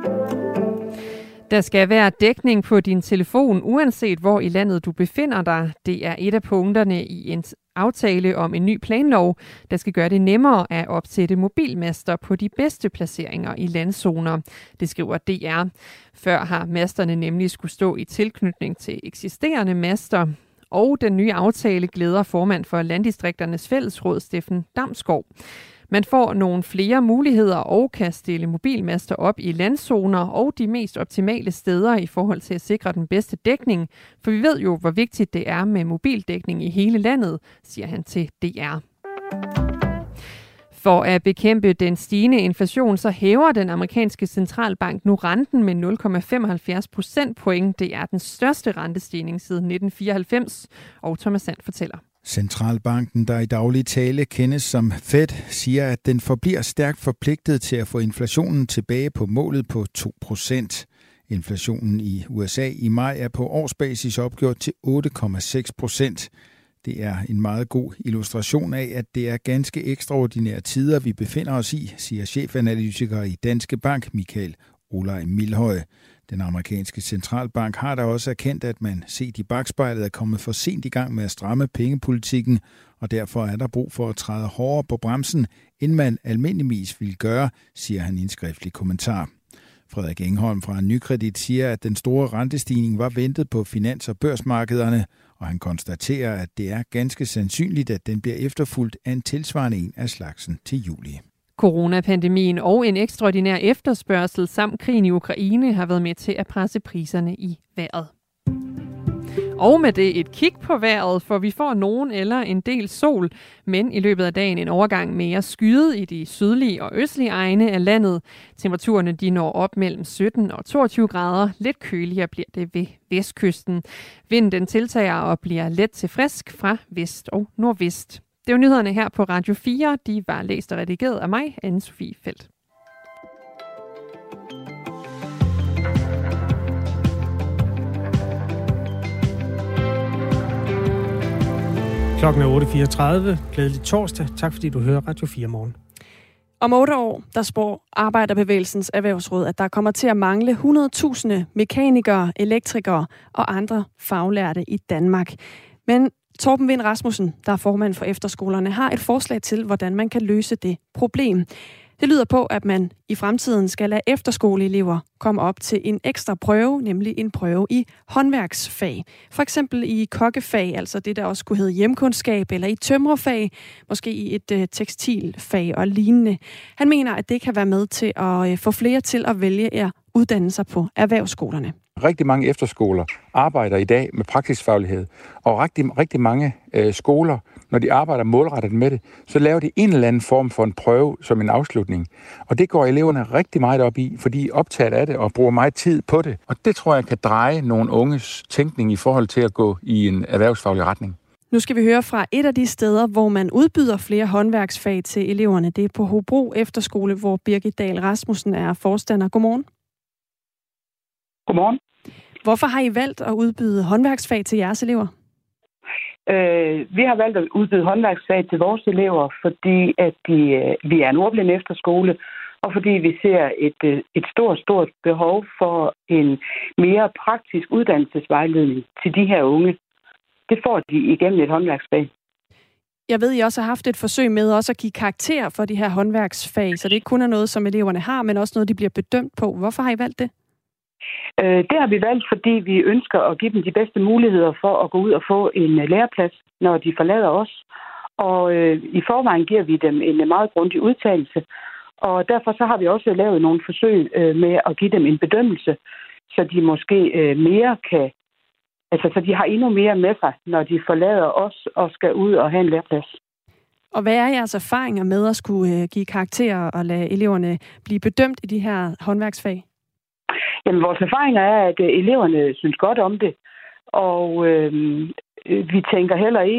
Der skal være dækning på din telefon, uanset hvor i landet du befinder dig. Det er et af punkterne i en aftale om en ny planlov, der skal gøre det nemmere at opsætte mobilmaster på de bedste placeringer i landzoner. Det skriver DR. Før har masterne nemlig skulle stå i tilknytning til eksisterende master. Og den nye aftale glæder formand for Landdistrikternes Fællesråd, Steffen Damsgaard. Man får nogle flere muligheder og kan stille mobilmaster op i landzoner og de mest optimale steder i forhold til at sikre den bedste dækning. For vi ved jo, hvor vigtigt det er med mobildækning i hele landet, siger han til DR. For at bekæmpe den stigende inflation, så hæver den amerikanske centralbank nu renten med 0,75 procentpoint. Det er den største rentestigning siden 1994, og Thomas Sand fortæller. Centralbanken, der i daglig tale kendes som Fed, siger, at den forbliver stærkt forpligtet til at få inflationen tilbage på målet på 2%. Inflationen i USA i maj er på årsbasis opgjort til 8,6%. Det er en meget god illustration af, at det er ganske ekstraordinære tider, vi befinder os i, siger chefanalytiker i Danske Bank, Michael Olaj Milhøj. Den amerikanske centralbank har da også erkendt, at man set i bakspejlet er kommet for sent i gang med at stramme pengepolitikken, og derfor er der brug for at træde hårdere på bremsen, end man almindeligvis ville gøre, siger han i en skriftlig kommentar. Frederik Engholm fra Nykredit siger, at den store rentestigning var ventet på finans- og børsmarkederne, og han konstaterer, at det er ganske sandsynligt, at den bliver efterfulgt af en tilsvarende en af slagsen til juli. Coronapandemien og en ekstraordinær efterspørgsel samt krigen i Ukraine har været med til at presse priserne i vejret. Og med det et kig på vejret, for vi får nogen eller en del sol, men i løbet af dagen en overgang mere skyet i de sydlige og østlige egne af landet. Temperaturerne de når op mellem 17 og 22 grader. Lidt køligere bliver det ved vestkysten. Vinden den tiltager og bliver let til frisk fra vest og nordvest. Det var nyhederne her på Radio 4. De var læst og redigeret af mig, Anne-Sophie Feldt. Klokken er 8.34. Glædelig torsdag. Tak fordi du hører Radio 4 morgen. Om 8 år, der spår Arbejderbevægelsens Erhvervsråd, at der kommer til at mangle 100.000 mekanikere, elektrikere og andre faglærte i Danmark. Men Torben Wind Rasmussen, der er formand for efterskolerne, har et forslag til, hvordan man kan løse det problem. Det lyder på, at man i fremtiden skal lade efterskoleelever komme op til en ekstra prøve, nemlig en prøve i håndværksfag. For eksempel i kokkefag, altså det der også kunne hedde hjemkundskab, eller i tømrerfag, måske i et tekstilfag og lignende. Han mener, at det kan være med til at få flere til at vælge at uddanne sig på erhvervsskolerne. Rigtig mange efterskoler arbejder i dag med praksisfaglighed, og rigtig mange skoler når de arbejder målrettet med det, så laver de en eller anden form for en prøve som en afslutning. Og det går eleverne rigtig meget op i, fordi de er optaget af det og bruger meget tid på det. Og det tror jeg kan dreje nogle unges tænkning i forhold til at gå i en erhvervsfaglig retning. Nu skal vi høre fra et af de steder, hvor man udbyder flere håndværksfag til eleverne. Det er på Hobro Efterskole, hvor Birgit Dahl Rasmussen er forstander. Godmorgen. Godmorgen. Hvorfor har I valgt at udbyde håndværksfag til jeres elever? Vi har valgt at udbyde håndværksfag til vores elever, fordi at vi er en ordblind efterskole, og fordi vi ser et stort behov for en mere praktisk uddannelsesvejledning til de her unge. Det får de igennem et håndværksfag. Jeg ved, I også har haft et forsøg med også at give karakter for de her håndværksfag, så det ikke kun er noget, som eleverne har, men også noget, de bliver bedømt på. Hvorfor har I valgt det? Det har vi valgt, fordi vi ønsker at give dem de bedste muligheder for at gå ud og få en læreplads, når de forlader os. Og i forvejen giver vi dem en meget grundig udtalelse, og derfor så har vi også lavet nogle forsøg med at give dem en bedømmelse, så de måske mere kan, altså så de har endnu mere med sig, når de forlader os og skal ud og have en læreplads. Og hvad er jeres erfaringer med at skulle give karakterer og lade eleverne blive bedømt i de her håndværksfag? Jamen, vores erfaringer er, at eleverne synes godt om det, og vi tænker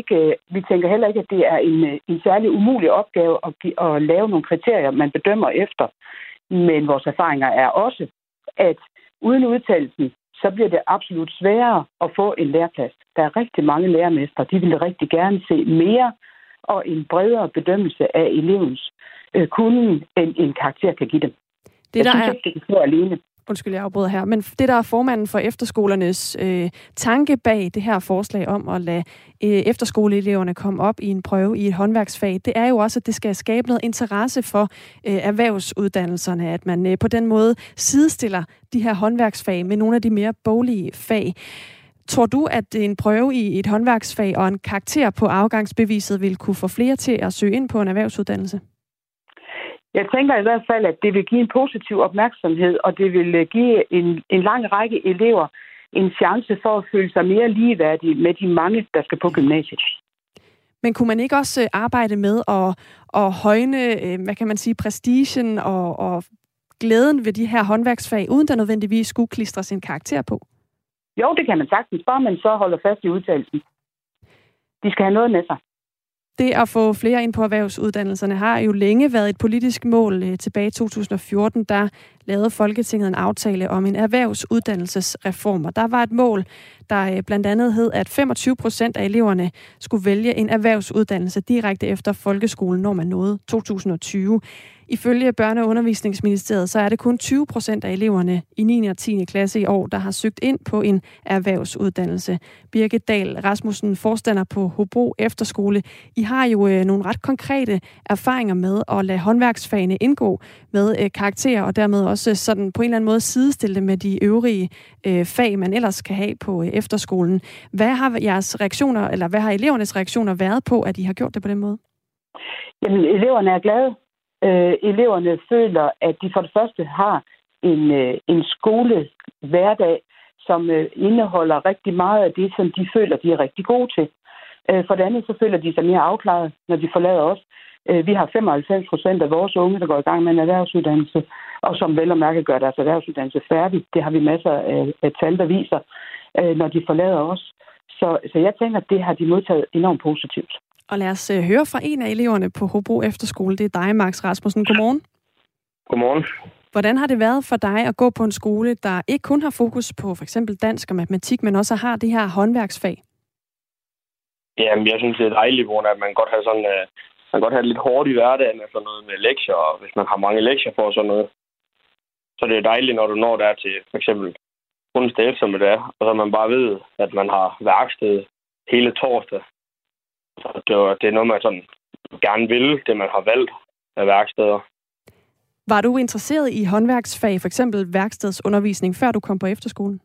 heller ikke, at det er en særlig umulig opgave at lave nogle kriterier, man bedømmer efter. Men vores erfaringer er også, at uden udtalelsen, så bliver det absolut sværere at få en læreplads. Der er rigtig mange lærermestre, de vil rigtig gerne se mere og en bredere bedømmelse af elevens kunnen, end en karakter kan give dem. Jeg synes ikke, det kan stå alene. Undskyld, jeg afbryder her. Men det, der er formanden for efterskolernes tanke bag det her forslag om at lade efterskoleeleverne komme op i en prøve i et håndværksfag, det er jo også, at det skal skabe noget interesse for erhvervsuddannelserne, at man på den måde sidestiller de her håndværksfag med nogle af de mere boglige fag. Tror du, at en prøve i et håndværksfag og en karakter på afgangsbeviset vil kunne få flere til at søge ind på en erhvervsuddannelse? Jeg tænker i hvert fald, at det vil give en positiv opmærksomhed, og det vil give en lang række elever en chance for at føle sig mere ligeværdige med de mange, der skal på gymnasiet. Men kunne man ikke også arbejde med at højne, hvad kan man sige, prestigen og glæden ved de her håndværksfag, uden der nødvendigvis skulle klistres en karakter på? Jo, det kan man sagtens, bare man så holder fast i udtalelsen. De skal have noget med sig. Det at få flere ind på erhvervsuddannelserne har jo længe været et politisk mål. Tilbage i 2014, der lavede Folketinget en aftale om en erhvervsuddannelsesreform. Og der var et mål, der blandt andet hed, at 25% af eleverne skulle vælge en erhvervsuddannelse direkte efter folkeskolen, når man nåede 2020. Ifølge Børne- og Undervisningsministeriet, så er det kun 20% af eleverne i 9. og 10. klasse i år, der har søgt ind på en erhvervsuddannelse. Birgit Dahl Rasmussen, forstander på Hobro Efterskole. I har jo nogle ret konkrete erfaringer med at lade håndværksfagene indgå med karakterer, og dermed også sådan på en eller anden måde sidestille det med de øvrige fag, man ellers kan have på efterskolen. Hvad har jeres reaktioner, eller hvad har elevernes reaktioner været på, at I har gjort det på den måde? Jamen, eleverne er glade. Eleverne føler, at de for det første har en skolehverdag, som indeholder rigtig meget af det, som de føler, de er rigtig gode til. For det andet, så føler de sig mere afklaret, når de forlader os. Vi har 95% af vores unge, der går i gang med en erhvervsuddannelse, og som vel og mærke gør deres erhvervsuddannelse færdig. Det har vi masser af tal, der viser, når de forlader os. Så jeg tænker, at det har de modtaget enormt positivt. Og lad os høre fra en af eleverne på Hobro Efterskole. Det er dig, Max Rasmussen. Godmorgen. Godmorgen. Hvordan har det været for dig at gå på en skole, der ikke kun har fokus på for eksempel dansk og matematik, men også har det her håndværksfag? Jamen, jeg synes, det er dejligt, at man godt have det lidt hårdt i hverdagen, efter noget med lektier, og hvis man har mange lektier for sådan noget. Så det er dejligt, når du når der til for eksempel onsdag eftermiddag, og så man bare ved, at man har værksted hele torsdag. Så det er noget, man sådan gerne vil, det man har valgt af værksteder. Var du interesseret i håndværksfag, for eksempel værkstedsundervisning, før du kom på efterskolen?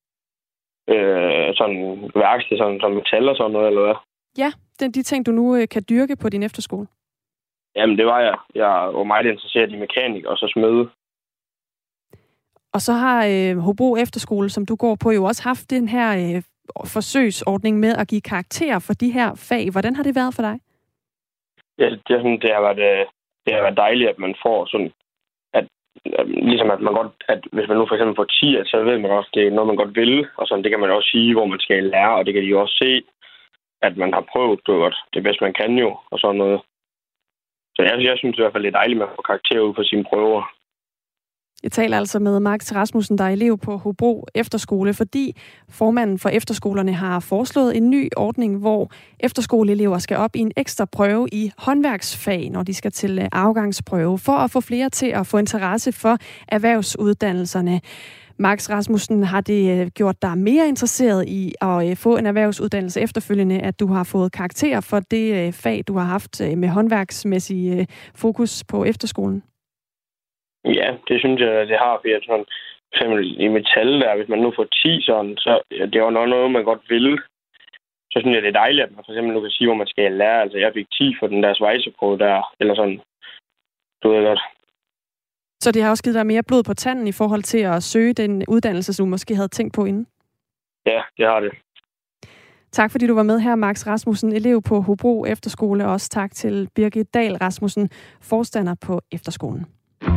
Sådan værksted, sådan som metal og sådan noget, eller hvad? Ja, det er de ting, du nu kan dyrke på din efterskole. Jamen, det var jeg. Jeg var meget interesseret i mekanik og så smede. Og så har Hobro Efterskole, som du går på, jo også haft den her forsøgsordning med at give karakterer for de her fag. Hvordan har det været for dig? Ja, det har været dejligt, at man får sådan, at ligesom at man godt, at hvis man nu for eksempel får 10, så ved man også, at det er noget, man godt vil, og sådan, det kan man også sige, hvor man skal lære, og det kan de jo også se, at man har prøvet det bedste, man kan jo, og sådan noget. Så jeg synes i hvert fald, det er dejligt, at man får karakterer ud på sine prøver. Jeg taler altså med Max Rasmussen, der er elev på Hobro Efterskole, fordi formanden for efterskolerne har foreslået en ny ordning, hvor efterskoleelever skal op i en ekstra prøve i håndværksfag, når de skal til afgangsprøve, for at få flere til at få interesse for erhvervsuddannelserne. Max Rasmussen, har det gjort dig mere interesseret i at få en erhvervsuddannelse efterfølgende, at du har fået karakterer for det fag, du har haft med håndværksmæssig fokus på efterskolen? Ja, det synes jeg, det har. Fordi sådan, for eksempel i metal der, hvis man nu får 10 sådan, så det er jo noget, man godt vil. Så synes jeg, det er dejligt, at man for eksempel nu kan sige, hvor man skal lære. Altså, jeg fik 10 for den der svejseprøve der, eller sådan. Du ved godt. Så det har også givet dig mere blod på tanden i forhold til at søge den uddannelse, som du måske havde tænkt på inden? Ja, det har det. Tak fordi du var med her, Max Rasmussen, elev på Hobro Efterskole. Og også tak til Birgit Dahl Rasmussen, forstander på efterskolen.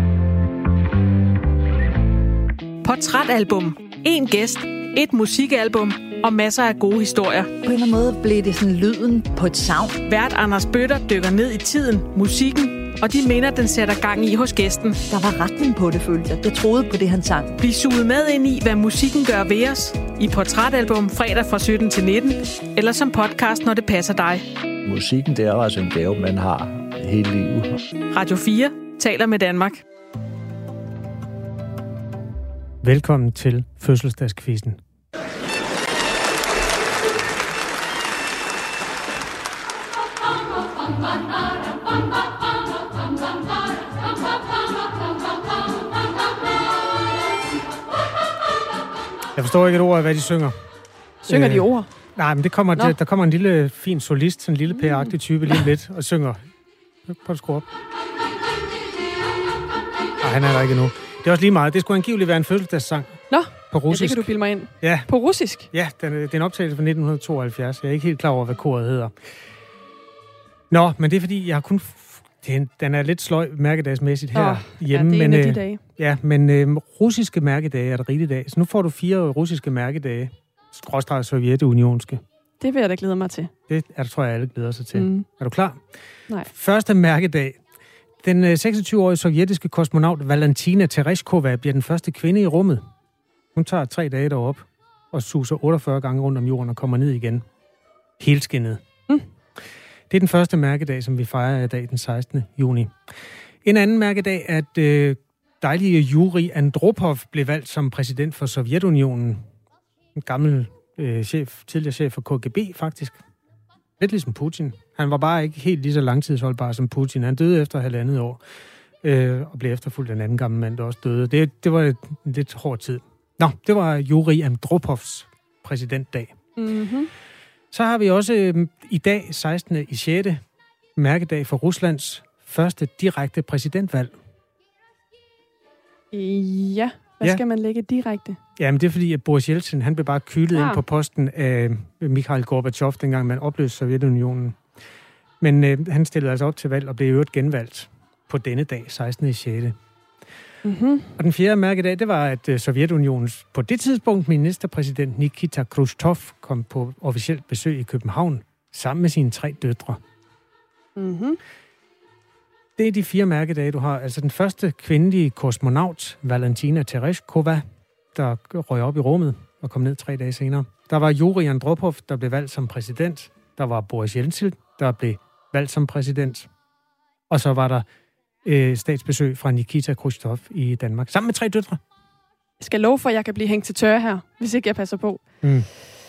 Portrætalbum. En gæst, et musikalbum og masser af gode historier. På en eller anden måde blev det sådan lyden på et savn. Vært Anders Bøtter dykker ned i tiden, musikken og de minder, den sætter gang i hos gæsten. Der var retning på det, følte jeg. Jeg troede på det, han sang. Bliv suget med ind i, hvad musikken gør ved os. I Portrætalbum fredag fra 17 til 19, eller som podcast, når det passer dig. Musikken, det er altså en gave, man har hele livet. Radio 4 taler med Danmark. Velkommen til fødselsdagskvisten. Jeg forstår ikke et ord af, hvad de synger. Synger de ord? Nej, men det kommer, der kommer en lille fin solist, sådan en lille pæreagtig type lige lidt, og synger. Prøv at skrue op. Nej, han er der ikke endnu. Det er også lige meget. Det skulle angiveligt være en fødselsdagssang. Nå, på russisk. Ja, det kan du bilde mig ind. Ja. På russisk? Ja, det er en optagelse fra 1972. Jeg er ikke helt klar over, hvad koret hedder. Nå, men det er fordi, jeg har kun... Den er lidt sløj mærkedagsmæssigt her hjemme. Ja, det er en af de dage. Ja, men russiske mærkedage er det rigtige dag. Så nu får du 4 russiske mærkedage. Skråstreg sovjetunionske. Det vil jeg da glæde mig til. Det tror jeg, alle glæder sig til. Mm. Er du klar? Nej. Første mærkedag. Den 26-årige sovjetiske kosmonaut Valentina Tereshkova bliver den første kvinde i rummet. Hun tager 3 dage derop og suser 48 gange rundt om jorden og kommer ned igen. Helskindet. Mm. Det er den første mærkedag, som vi fejrer i dag, den 16. juni. En anden mærkedag er, at dejlige Yuri Andropov blev valgt som præsident for Sovjetunionen. En gammel tidligere chef for KGB, faktisk. Lidt ligesom Putin. Han var bare ikke helt lige så langtidsholdbar som Putin. Han døde efter 1,5 år, og blev efterfulgt af en anden gammel mand, der også døde. Det var en lidt hård tid. Nå, det var Yuri Andropovs præsidentdag. Mm-hmm. Så har vi også i dag, 16. i 6. mærkedag for Ruslands første direkte præsidentvalg. Ja, hvad skal man lægge direkte? Jamen det er fordi, at Boris Jeltsin, han blev bare kylet ind på posten af Mikhail Gorbachev, dengang man opløste Sovjetunionen. Men han stillede altså op til valg og blev i øvrigt genvalgt på denne dag, 16. i 6. Mm-hmm. Og den 4. mærkedag, det var, at Sovjetunionens på det tidspunkt ministerpræsident Nikita Khrushchev kom på officielt besøg i København sammen med sine 3 døtre. Mm-hmm. Det er de 4 mærkedage, du har. Altså den første kvindelige kosmonaut, Valentina Tereshkova, der røg op i rummet og kom ned 3 dage senere. Der var Yuri Andropov, der blev valgt som præsident. Der var Boris Jeltsin, der blev valgt som præsident. Og så var der statsbesøg fra Nikita Khrushchev i Danmark, sammen med 3 døtre. Jeg skal love for, at jeg kan blive hængt til tørre her, hvis ikke jeg passer på. Mm.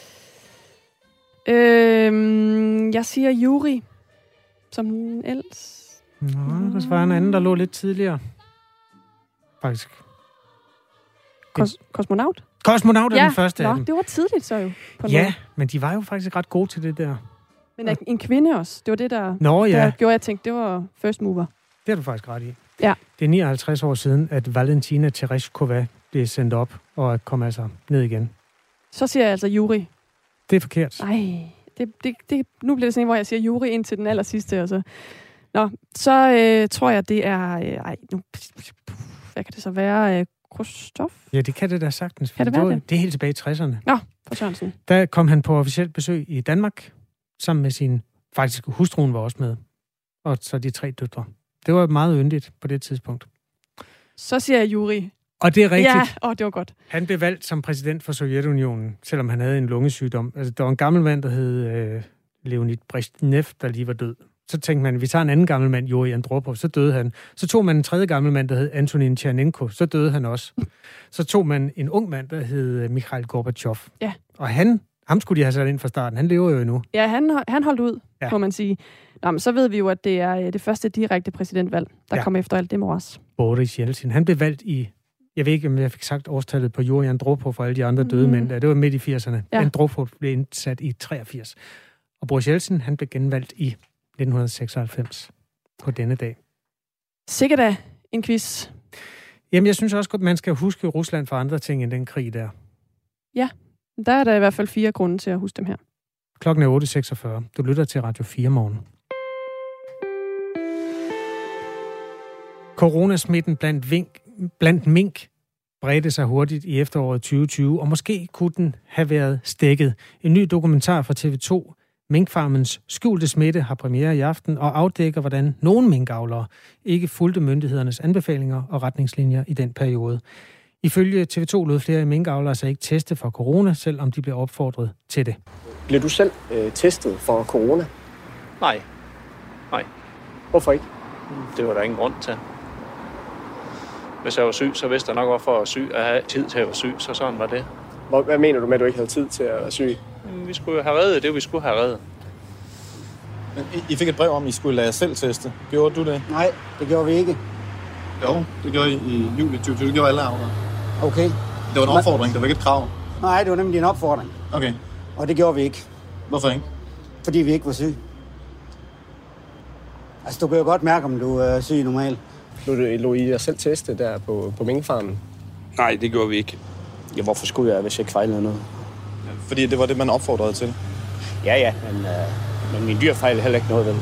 Jeg siger Yuri som den ældste. Nå, der var en anden, der lå lidt tidligere. Faktisk. Kosmonaut? Kosmonaut er den første af dem. Det var tidligt så jo. Ja, men de var jo faktisk ret gode til det der. Men en kvinde også. Det var det, der gjorde, jeg tænkte, det var first mover. Det er du faktisk ret i. Ja. Det er 59 år siden, at Valentina Tereshkova blev sendt op og kom altså ned igen. Så siger jeg altså Yuri. Det er forkert. Nej, nu bliver det sådan, hvor jeg siger jury ind til den aller sidste. Og så. Nå, så tror jeg, det er... hvad kan det så være? Krzysztof? Ja, det kan det da sagtens. Kan det være det? Det er helt tilbage i 60'erne. Nå, for Sørensen. Der kom han på officielt besøg i Danmark, sammen med sin faktiske hustruen var også med. Og så de 3 døtre. Det var meget yndigt på det tidspunkt. Så siger jeg jury. Og det er rigtigt. Ja, det var godt. Han blev valgt som præsident for Sovjetunionen, selvom han havde en lungesygdom. Altså, der var en gammel mand, der hed Leonid Brezhnev, der lige var død. Så tænkte man, vi tager en anden gammel mand, Yuri Andropov, så døde han. Så tog man en tredje gammel mand, der hed Antonin Tjernenko, så døde han også. Så tog man en ung mand, der hed Mikhail Gorbachev. Ja. Og ham skulle de have sat ind fra starten. Han lever jo endnu. Ja, han holdt ud, må man sige. Nå, men så ved vi jo, at det er det første direkte præsidentvalg, der kom efter alt det moras. Boris Jeltsin. Han blev valgt i, jeg ved ikke, om jeg fik sagt årstallet på Yuri Andropov for alle de andre døde mænd. Det var midt i 80'erne. Ja. Andropov blev indsat i 83. Og Boris Jeltsin, han blev genvalgt i 1996 på denne dag. Sikkert da en quiz. Jamen, jeg synes også godt, man skal huske Rusland for andre ting end den krig der. Ja, der er der i hvert fald 4 grunde til at huske dem her. Klokken er 8.46. Du lytter til Radio 4 morgen. Coronasmitten blandt mink bredte sig hurtigt i efteråret 2020, og måske kunne den have været stækket. En ny dokumentar fra TV2, Minkfarmens skjulte smitte, har premiere i aften og afdækker, hvordan nogle minkavlere ikke fulgte myndighedernes anbefalinger og retningslinjer i den periode. Ifølge TV2 lod flere minkavlere sig ikke teste for corona, selvom de blev opfordret til det. Blev du selv testet for corona? Nej. Hvorfor ikke? Det var der ingen grund til. Hvis jeg var syg, så vidste jeg nok, hvorfor jeg var syg. At have tid til at være syg, så sådan var det. Hvad mener du med, at du ikke havde tid til at være syg? Vi skulle jo have reddet det, vi skulle have reddet. Men I fik et brev om, at I skulle lade jer selv teste. Gjorde du det? Nej, det gjorde vi ikke. Jo, det gjorde I i juli 2020. Det gjorde alle avlere. Okay. Det var en opfordring, det var ikke et krav. Nej, det var nemlig en opfordring. Okay. Og det gjorde vi ikke. Hvorfor ikke? Fordi vi ikke var syge. Altså, du kan jo godt mærke, om du er syg normalt. Lå I jer selv teste der på minkfarmen? Nej, det gjorde vi ikke. Ja, hvorfor skulle jeg, hvis jeg ikke fejlede noget? Fordi det var det, man opfordrede til. Ja, men min dyr fejlede heller ikke noget, vel?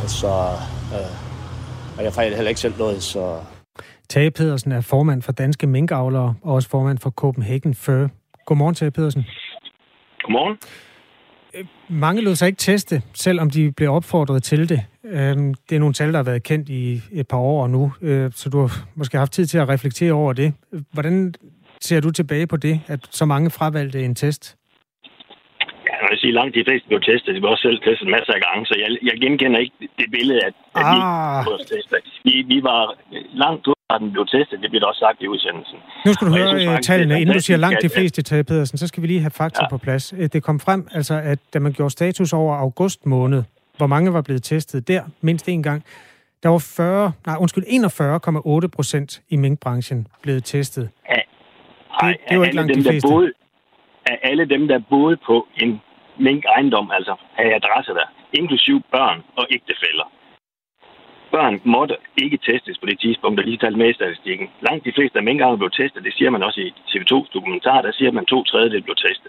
Og jeg fejlede heller ikke selv noget, så... Tage Pedersen er formand for Danske Minkavlere og også formand for Copenhagen Fur. Godmorgen, Tage Pedersen. Godmorgen. Mange lod sig ikke teste, selvom de blev opfordret til det. Det er nogle tal, der har været kendt i et par år nu, så du har måske haft tid til at reflektere over det. Hvordan ser du tilbage på det, at så mange fravalgte en test? Ja, jeg vil sige, langt de fleste blev testet. De blev også selv testet masser af gange, så jeg genkender ikke det billede, at vi blev testet. Vi var langt ud, at den blev testet. Det bliver også sagt i udsendelsen. Nu skal du høre tallene. Inden du siger langt de fleste, Tage Pedersen, så skal vi lige have fakta på plads. Det kom frem, altså, at da man gjorde status over august måned, hvor mange var blevet testet der mindst en gang, der var 41,8% i minkbranchen blevet testet. Det var ikke langt de fleste. Af alle dem, der boede på en minkejendom, altså havde adresse der, inklusiv børn og ægtefæller. Børn måtte ikke testes på det tidspunkt, der lige talte med i statistikken. Langt de fleste af minkavlere blev testet, det siger man også i TV2's dokumentar, der siger man 2/3 blev testet.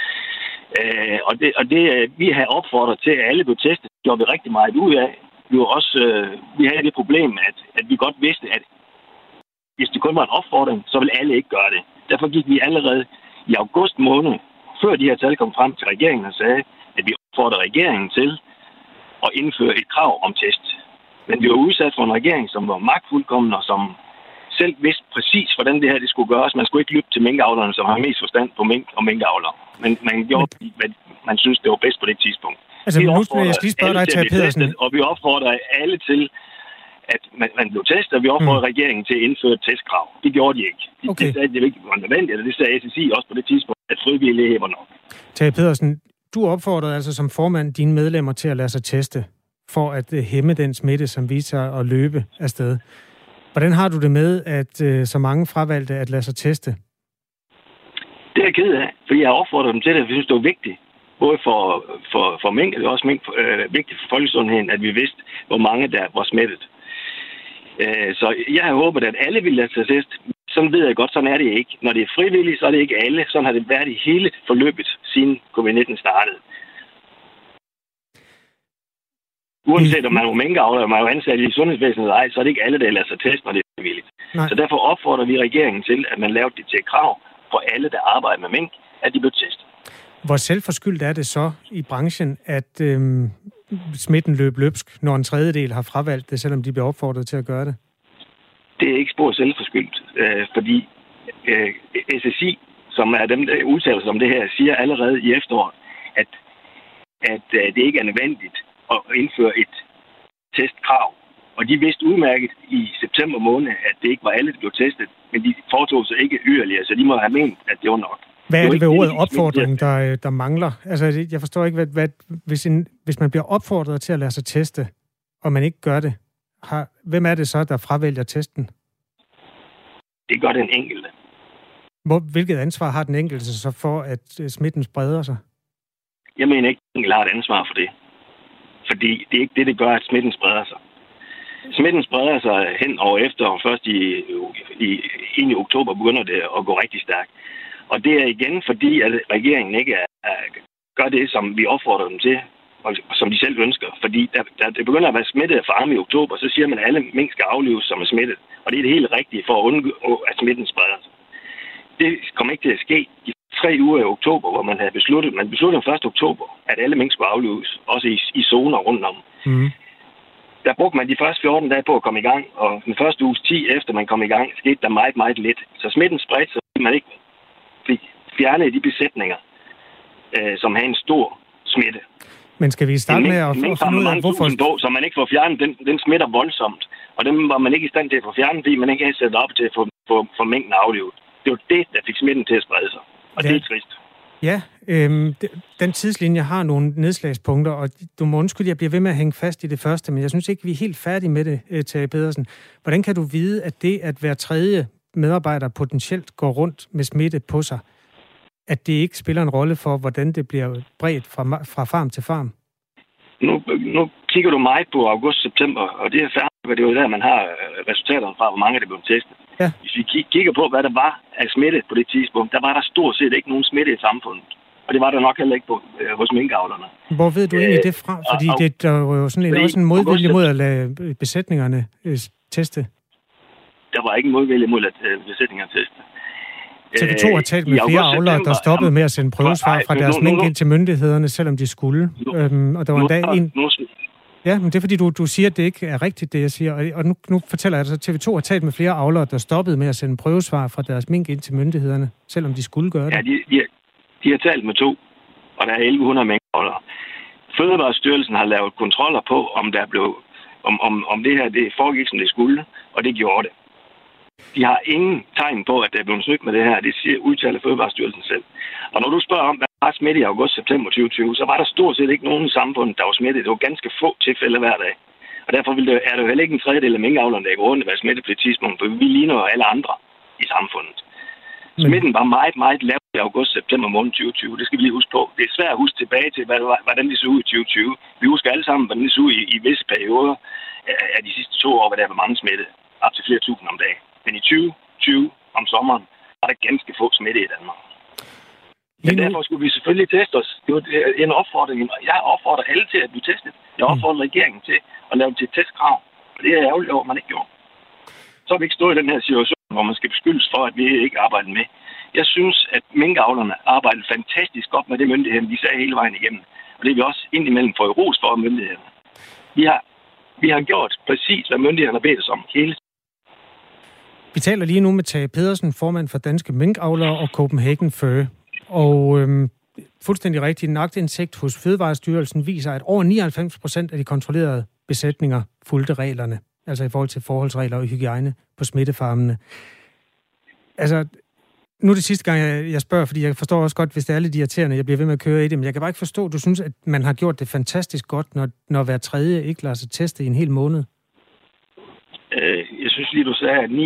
Og det vi har opfordret til, at alle blev testet, gjorde vi rigtig meget ud af. Vi havde det problem, at vi godt vidste, at hvis det kun var en opfordring, så ville alle ikke gøre det. Derfor gik vi allerede i august måned, før de her tal kom frem til regeringen og sagde, at vi opfordrede regeringen til at indføre et krav om test. Men vi var udsat for en regering, som var magtfuldkommen og som selv vidste præcis, hvordan det her det skulle gøres. Man skulle ikke lytte til minkavlerne, som har mest forstand på mink og minkavlere. Men man gjorde, hvad man synes, det var bedst på det tidspunkt. Altså, nu skal jeg lige spørge dig, Tage Pedersen. Og vi opfordrede alle til, at man blev testet, og vi opfordrede regeringen til at indføre et testkrav. Det gjorde de ikke. Det sagde, det ikke var nødvendigt, eller det sagde SSI også på det tidspunkt, at frivillighed var nok. Tage Pedersen, du opfordrede altså som formand dine medlemmer til at lade sig teste, for at hæmme den smitte, som viser at løbe afsted. Hvordan har du det med, at så mange fravalgte at lade sig teste? Det er jeg ked af, fordi jeg har opfordret dem til det, jeg synes, det var vigtigt. Både for mink, og det er også vigtigt for folkesundheden, at vi vidste, hvor mange der var smittet. Så jeg har håbet, at alle ville lade sig teste. Sådan ved jeg godt, sådan er det ikke. Når det er frivilligt, så er det ikke alle. Sådan har det været i hele forløbet, siden covid-19 startede. Uanset om man er minkavler, eller man er ansat i sundhedsvæsenet eller ej, så er det ikke alle, der lader sig teste, når det er frivilligt. Så derfor opfordrer vi regeringen til, at man laver det til krav for alle, der arbejder med mink, at de bliver testet. Hvor selvforskyldt er det så i branchen, at smitten løb løbsk, når en tredjedel har fravalgt det, selvom de bliver opfordret til at gøre det? Det er ikke spor selvforskyldt, fordi SSI, som er dem, der udtaler sig om det her, siger allerede i efteråret, at det ikke er nødvendigt at indføre et testkrav. Og de vidste udmærket i september måned, at det ikke var alle, der blev testet, men de foretog sig ikke yderligere, så de må have ment, at det var nok. Hvad er det ved ordet opfordring, der mangler? Altså, jeg forstår ikke, hvis man bliver opfordret til at lade sig teste, og man ikke gør det, hvem er det så, der fravælger testen? Det gør den enkelte. Hvilket ansvar har den enkelte så for, at smitten spreder sig? Jeg mener ikke, at den enkelte har et ansvar for det. Fordi det er ikke det, der gør, at smitten spreder sig. Smitten spreder sig hen over efter, og først i oktober begynder det at gå rigtig stærkt. Og det er igen fordi, at regeringen ikke gør det, som vi opfordrer dem til, og som de selv ønsker. Fordi det begynder at være smittet farme i oktober, så siger man, at alle mink skal aflives, som er smittet. Og det er det helt rigtige for at undgå, at smitten spreder sig. Det kommer ikke til at ske i 3 uger i oktober, hvor man besluttede 1. oktober, at alle mink skulle aflives, også i zoner rundt om. Mm. Der brugte man de første 14 dage på at komme i gang, og den første uges 10 efter man kom i gang, skete der meget, meget lidt. Så smitten spredte sig, fordi man ikke fik fjernet de besætninger, som havde en stor smitte. Men skal vi starte med at finde ud af, hvorfor... Så man ikke får fjernet, den smitter voldsomt. Og dem var man ikke i stand til at få fjernet, fordi man ikke havde sat op til at få mængden aflivet. Det var det, der fik smitten til at sprede sig. Og det er trist. Ja, den tidslinje har nogle nedslagspunkter, og du må undskylde, jeg bliver ved med at hænge fast i det første, men jeg synes ikke, vi er helt færdige med det, Tage Pedersen. Hvordan kan du vide, at det, at hver tredje medarbejder potentielt går rundt med smitte på sig, at det ikke spiller en rolle for, hvordan det bliver bredt fra farm til farm? Nu kigger du meget på august-september, og det er færdigt, det er jo der, man har resultaterne fra, hvor mange der blev testet. Ja. Hvis vi kigger på, hvad der var af smitte på det tidspunkt, der var der stort set ikke nogen smitte i samfundet. Og det var der nok heller ikke hos minkavlerne. Hvor ved du egentlig det fra? Fordi der var jo sådan også en modvilje mod at lade besætningerne teste. Der var ikke en modvilje mod at lade besætningerne teste. TV2 har talt med flere avlere, der stoppede med at sende prøvesvar fra deres mink ind til myndighederne, selvom de skulle. Og der var en dag en... Ja, men det er fordi, du siger, at det ikke er rigtigt, det jeg siger. Og nu fortæller jeg dig, at TV2 har talt med flere avlere, der stoppede med at sende prøvesvar fra deres mink ind til myndighederne, selvom de skulle gøre det. Ja, de har talt med 2, og der er 1100 minkavlere. Fødevarestyrelsen har lavet kontroller på, om der blev, om det her det foregik, som det skulle, og det gjorde det. De har ingen tegn på, at der er blevet snydt med det her. Det udtaler Fødevarestyrelsen selv. Og når du spørger om, hvad der var smitte i august-september 2020, så var der stort set ikke nogen i samfundet, der var smittet. Det var ganske få tilfælde hver dag. Og derfor er der jo heller ikke en tredjedel af minkavlerne, der går rundt og være smittet på det tidspunkt, for vi ligner jo alle andre i samfundet. Smitten var meget, meget lav i august-september måned 2020. Det skal vi lige huske på. Det er svært at huske tilbage til, hvordan det så ud i 2020. Vi husker alle sammen, hvordan det så ud i visse perioder af de sidste 2 år, hvor der var mange smittede. Op til flere tusind om dagen. Men i 2020 om sommeren var der ganske få smitte i Danmark. Men derfor skulle vi selvfølgelig teste os. Det var en opfordring. Jeg opfordrer alle til at blive testet. Jeg opfordrer regeringen til at lave til testkrav. Og det er ærgerligt over, at man ikke gjorde. Så har vi ikke stået i den her situation, hvor man skal beskyldes for, at vi ikke arbejder med. Jeg synes, at minkavlerne arbejdede fantastisk godt med det myndigheden, de sagde hele vejen igennem. Og det er vi også indimellem får ros for myndighederne. Vi har gjort præcis, hvad myndighederne har bedt os om hele. Vi taler lige nu med Tage Pedersen, formand for Danske Minkavlere og Copenhagen Fur. Og fuldstændig rigtigt, en aktindsigt hos Fødevarestyrelsen viser, at over 99% af de kontrollerede besætninger fulgte reglerne. Altså i forhold til forholdsregler og hygiejne på smittefarmene. Altså, nu er det sidste gang, jeg spørger, fordi jeg forstår også godt, hvis det er lidt irriterende, jeg bliver ved med at køre i det, men jeg kan bare ikke forstå, du synes, at man har gjort det fantastisk godt, når hver tredje ikke lader sig teste i en hel måned. Jeg synes lige, du sagde, at 99,25%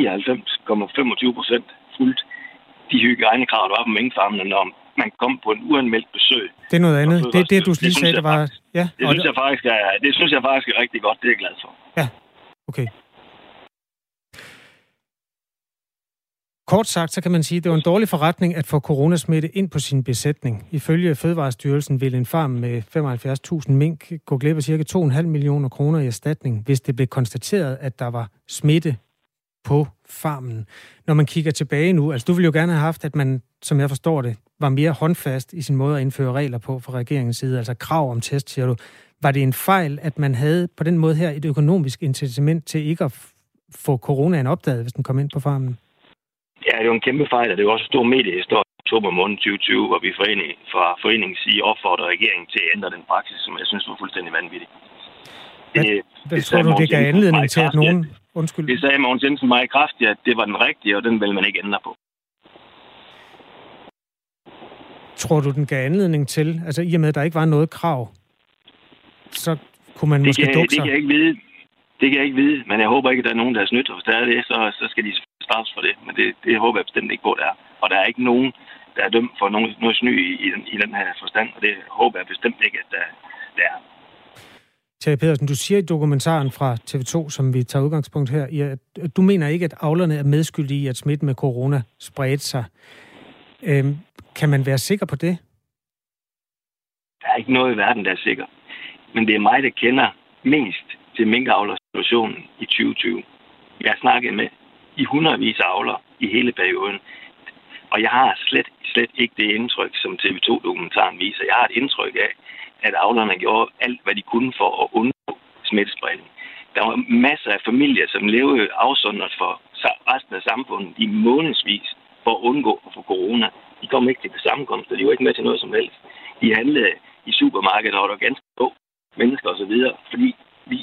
fuldt de hygiejnekrav, der var på minkfarmene, når man kom på en uanmeldt besøg. Det er noget andet. Det er det, du lige sagde, der var... Ja, det synes jeg faktisk er rigtig godt. Det er jeg glad for. Ja, okay. Kort sagt, så kan man sige, at det var en dårlig forretning at få coronasmitte ind på sin besætning. Ifølge Fødevarestyrelsen ville en farm med 75.000 mink gå glip af ca. 2,5 millioner kroner i erstatning, hvis det blev konstateret, at der var smitte på farmen. Når man kigger tilbage nu, altså du ville jo gerne have haft, at man, som jeg forstår det, var mere håndfast i sin måde at indføre regler på fra regeringens side, altså krav om test, siger du. Var det en fejl, at man havde på den måde her et økonomisk incitament til ikke at få coronaen opdaget, hvis den kom ind på farmen? Ja, det er jo en kæmpe fejl, og det er jo også en stor mediehistorie i oktober måned 2020, hvor vi fra foreningens side opfordrer regeringen til at ændre den praksis, som jeg synes var fuldstændig vanvittig. Hvad tror du, det gav anledning til, at nogen... Undskyld. Det sagde Mogens Jensen meget kraftigt, at det var den rigtige, og den vil man ikke ændre på. Tror du, den gav anledning til, altså i og med, at der ikke var noget krav, så kunne man måske dukke sig? Det kan jeg ikke vide. Det kan jeg ikke vide, men jeg håber ikke, at der er nogen, der er snydt, og hvis der er det, så skal de straffes for det. Men det håber jeg bestemt ikke på, der er. Og der er ikke nogen, der er dømt for noget sny i den her forstand, og det håber jeg bestemt ikke, at der er. Tage Pedersen, du siger i dokumentaren fra TV2, som vi tager udgangspunkt her, at du mener ikke, at avlerne er medskyldige i, at smitten med corona spredte sig. Kan man være sikker på det? Der er ikke noget i verden, der er sikker. Men det er mig, der kender mest til minkavlersituationen i 2020. Jeg har snakket med i hundredvis af avlere i hele perioden. Og jeg har slet ikke det indtryk, som TV2-dokumentaren viser. Jeg har et indtryk af, at avlerne gjorde alt, hvad de kunne for at undgå smittespredning. Der var masser af familier, som levede afsondret for resten af samfundet i månedsvis for at undgå at få corona. De kom ikke til det sammenkomst, de var ikke med til noget som helst. De handlede i supermarkedet, og der var ganske få mennesker osv., fordi vi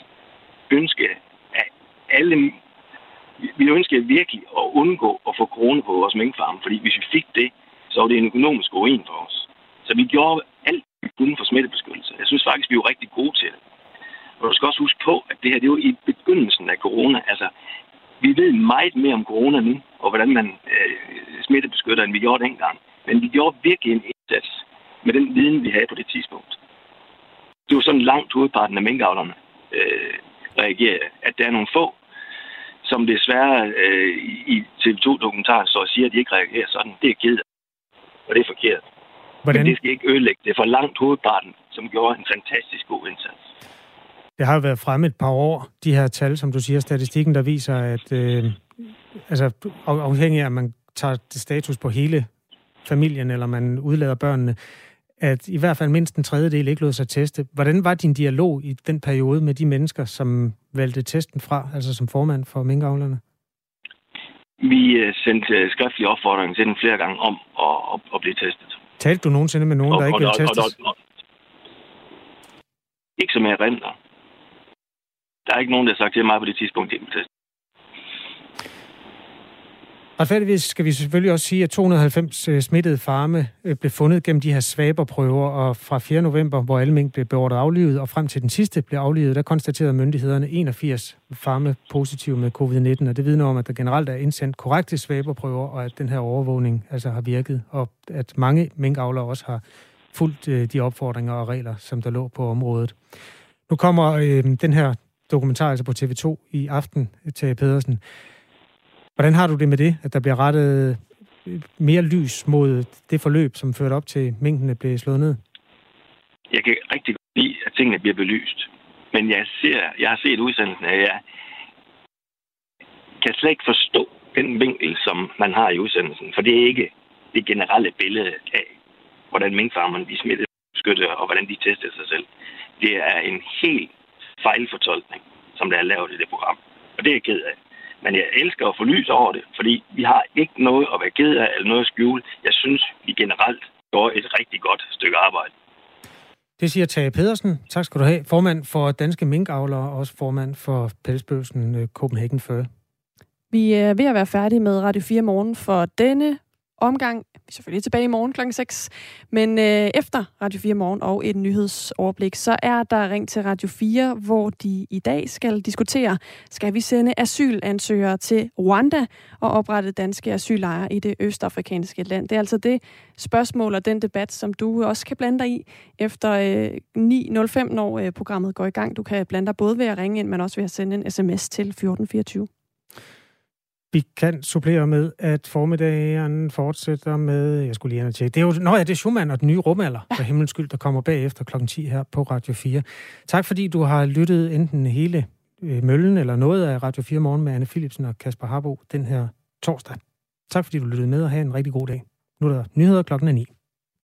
ønskede virkelig at undgå at få corona på vores minkfarme, fordi hvis vi fik det, så var det en økonomisk ruin for os. Så vi gjorde alt, vi kunne for smittebeskyttelse. Jeg synes faktisk, vi var rigtig gode til det. Og du skal også huske på, at det her, det er jo i begyndelsen af corona. Altså, vi ved meget mere om corona nu, og hvordan man smittebeskytter, end vi gjorde dengang. Men vi gjorde virkelig en indsats med den viden, vi havde på det tidspunkt. Det var sådan langt hovedparten af minkavlerne reagerer, at der er nogle få, som desværre i TV2-dokumentaren så siger, at de ikke reagerer sådan. Det er kedeligt, og det er forkert. Hvordan? Men det skal ikke ødelægge det for langt hovedparten, som gjorde en fantastisk god indsats. Det har jo været fremme et par år, de her tal, som du siger, statistikken, der viser, at afhængig af, at man tager status på hele familien, eller man udlader børnene, at i hvert fald mindst en tredjedel ikke lod sig teste. Hvordan var din dialog i den periode med de mennesker, som valgte testen fra, altså som formand for minkavlerne? Vi sendte skriftlige opfordringer til den flere gange om at blive testet. Talte du nogensinde med nogen, der ikke ville testes? Ikke som jeg erindrer. Der er ikke nogen, der har sagt til mig på det tidspunkt, de ville testes. Retfærdigvis skal vi selvfølgelig også sige, at 290 smittede farme blev fundet gennem de her svaberprøver, og fra 4. november, hvor alle mink blev beordret aflivet, og frem til den sidste blev aflivet, der konstaterede myndighederne 81 farme positive med covid-19, og det vidner om, at der generelt er indsendt korrekte svaberprøver, og at den her overvågning altså har virket, og at mange minkavlere også har fulgt de opfordringer og regler, som der lå på området. Nu kommer den her dokumentar altså på TV2 i aften til Pedersen. Hvordan har du det med det, at der bliver rettet mere lys mod det forløb, som førte op til minkene blev slået ned? Jeg kan rigtig godt lide, at tingene bliver belyst. Men jeg har set udsendelsen af, jeg kan slet ikke forstå den vinkel, som man har i udsendelsen. For det er ikke det generelle billede af, hvordan minkfarmerne bliver smittebeskyttet, og hvordan de tester sig selv. Det er en helt fejlfortolkning, som der er lavet i det program. Og det er jeg ked af. Men jeg elsker at få lys over det, fordi vi har ikke noget at være ked af eller noget at skjule. Jeg synes, vi generelt gør et rigtig godt stykke arbejde. Det siger Tage Pedersen. Tak skal du have. Formand for Danske Minkavlere og også formand for pelsbørsen Copenhagen Fur. Vi er ved at være færdige med Radio 4 Morgen for denne omgang. Vi er selvfølgelig tilbage i morgen kl. 6. Men efter Radio 4 Morgen og et nyhedsoverblik, så er der ring til Radio 4, hvor de i dag skal diskutere, skal vi sende asylansøgere til Rwanda og oprette danske asyllejre i det østafrikanske land. Det er altså det spørgsmål og den debat, som du også kan blande dig i efter 9.05, når programmet går i gang. Du kan blande dig både ved at ringe ind, men også ved at sende en sms til 1424. Vi kan supplere med, at formiddagen fortsætter med, jeg skulle lige ind og tjekke, det er jo Schumann og den nye rumalder, for himlens skyld, der kommer bagefter kl. 10 her på Radio 4. Tak fordi du har lyttet enten hele møllen eller noget af Radio 4 Morgen med Anne Philipsen og Kasper Harbo den her torsdag. Tak fordi du lyttede med, og have en rigtig god dag. Nu er der nyheder 9:00.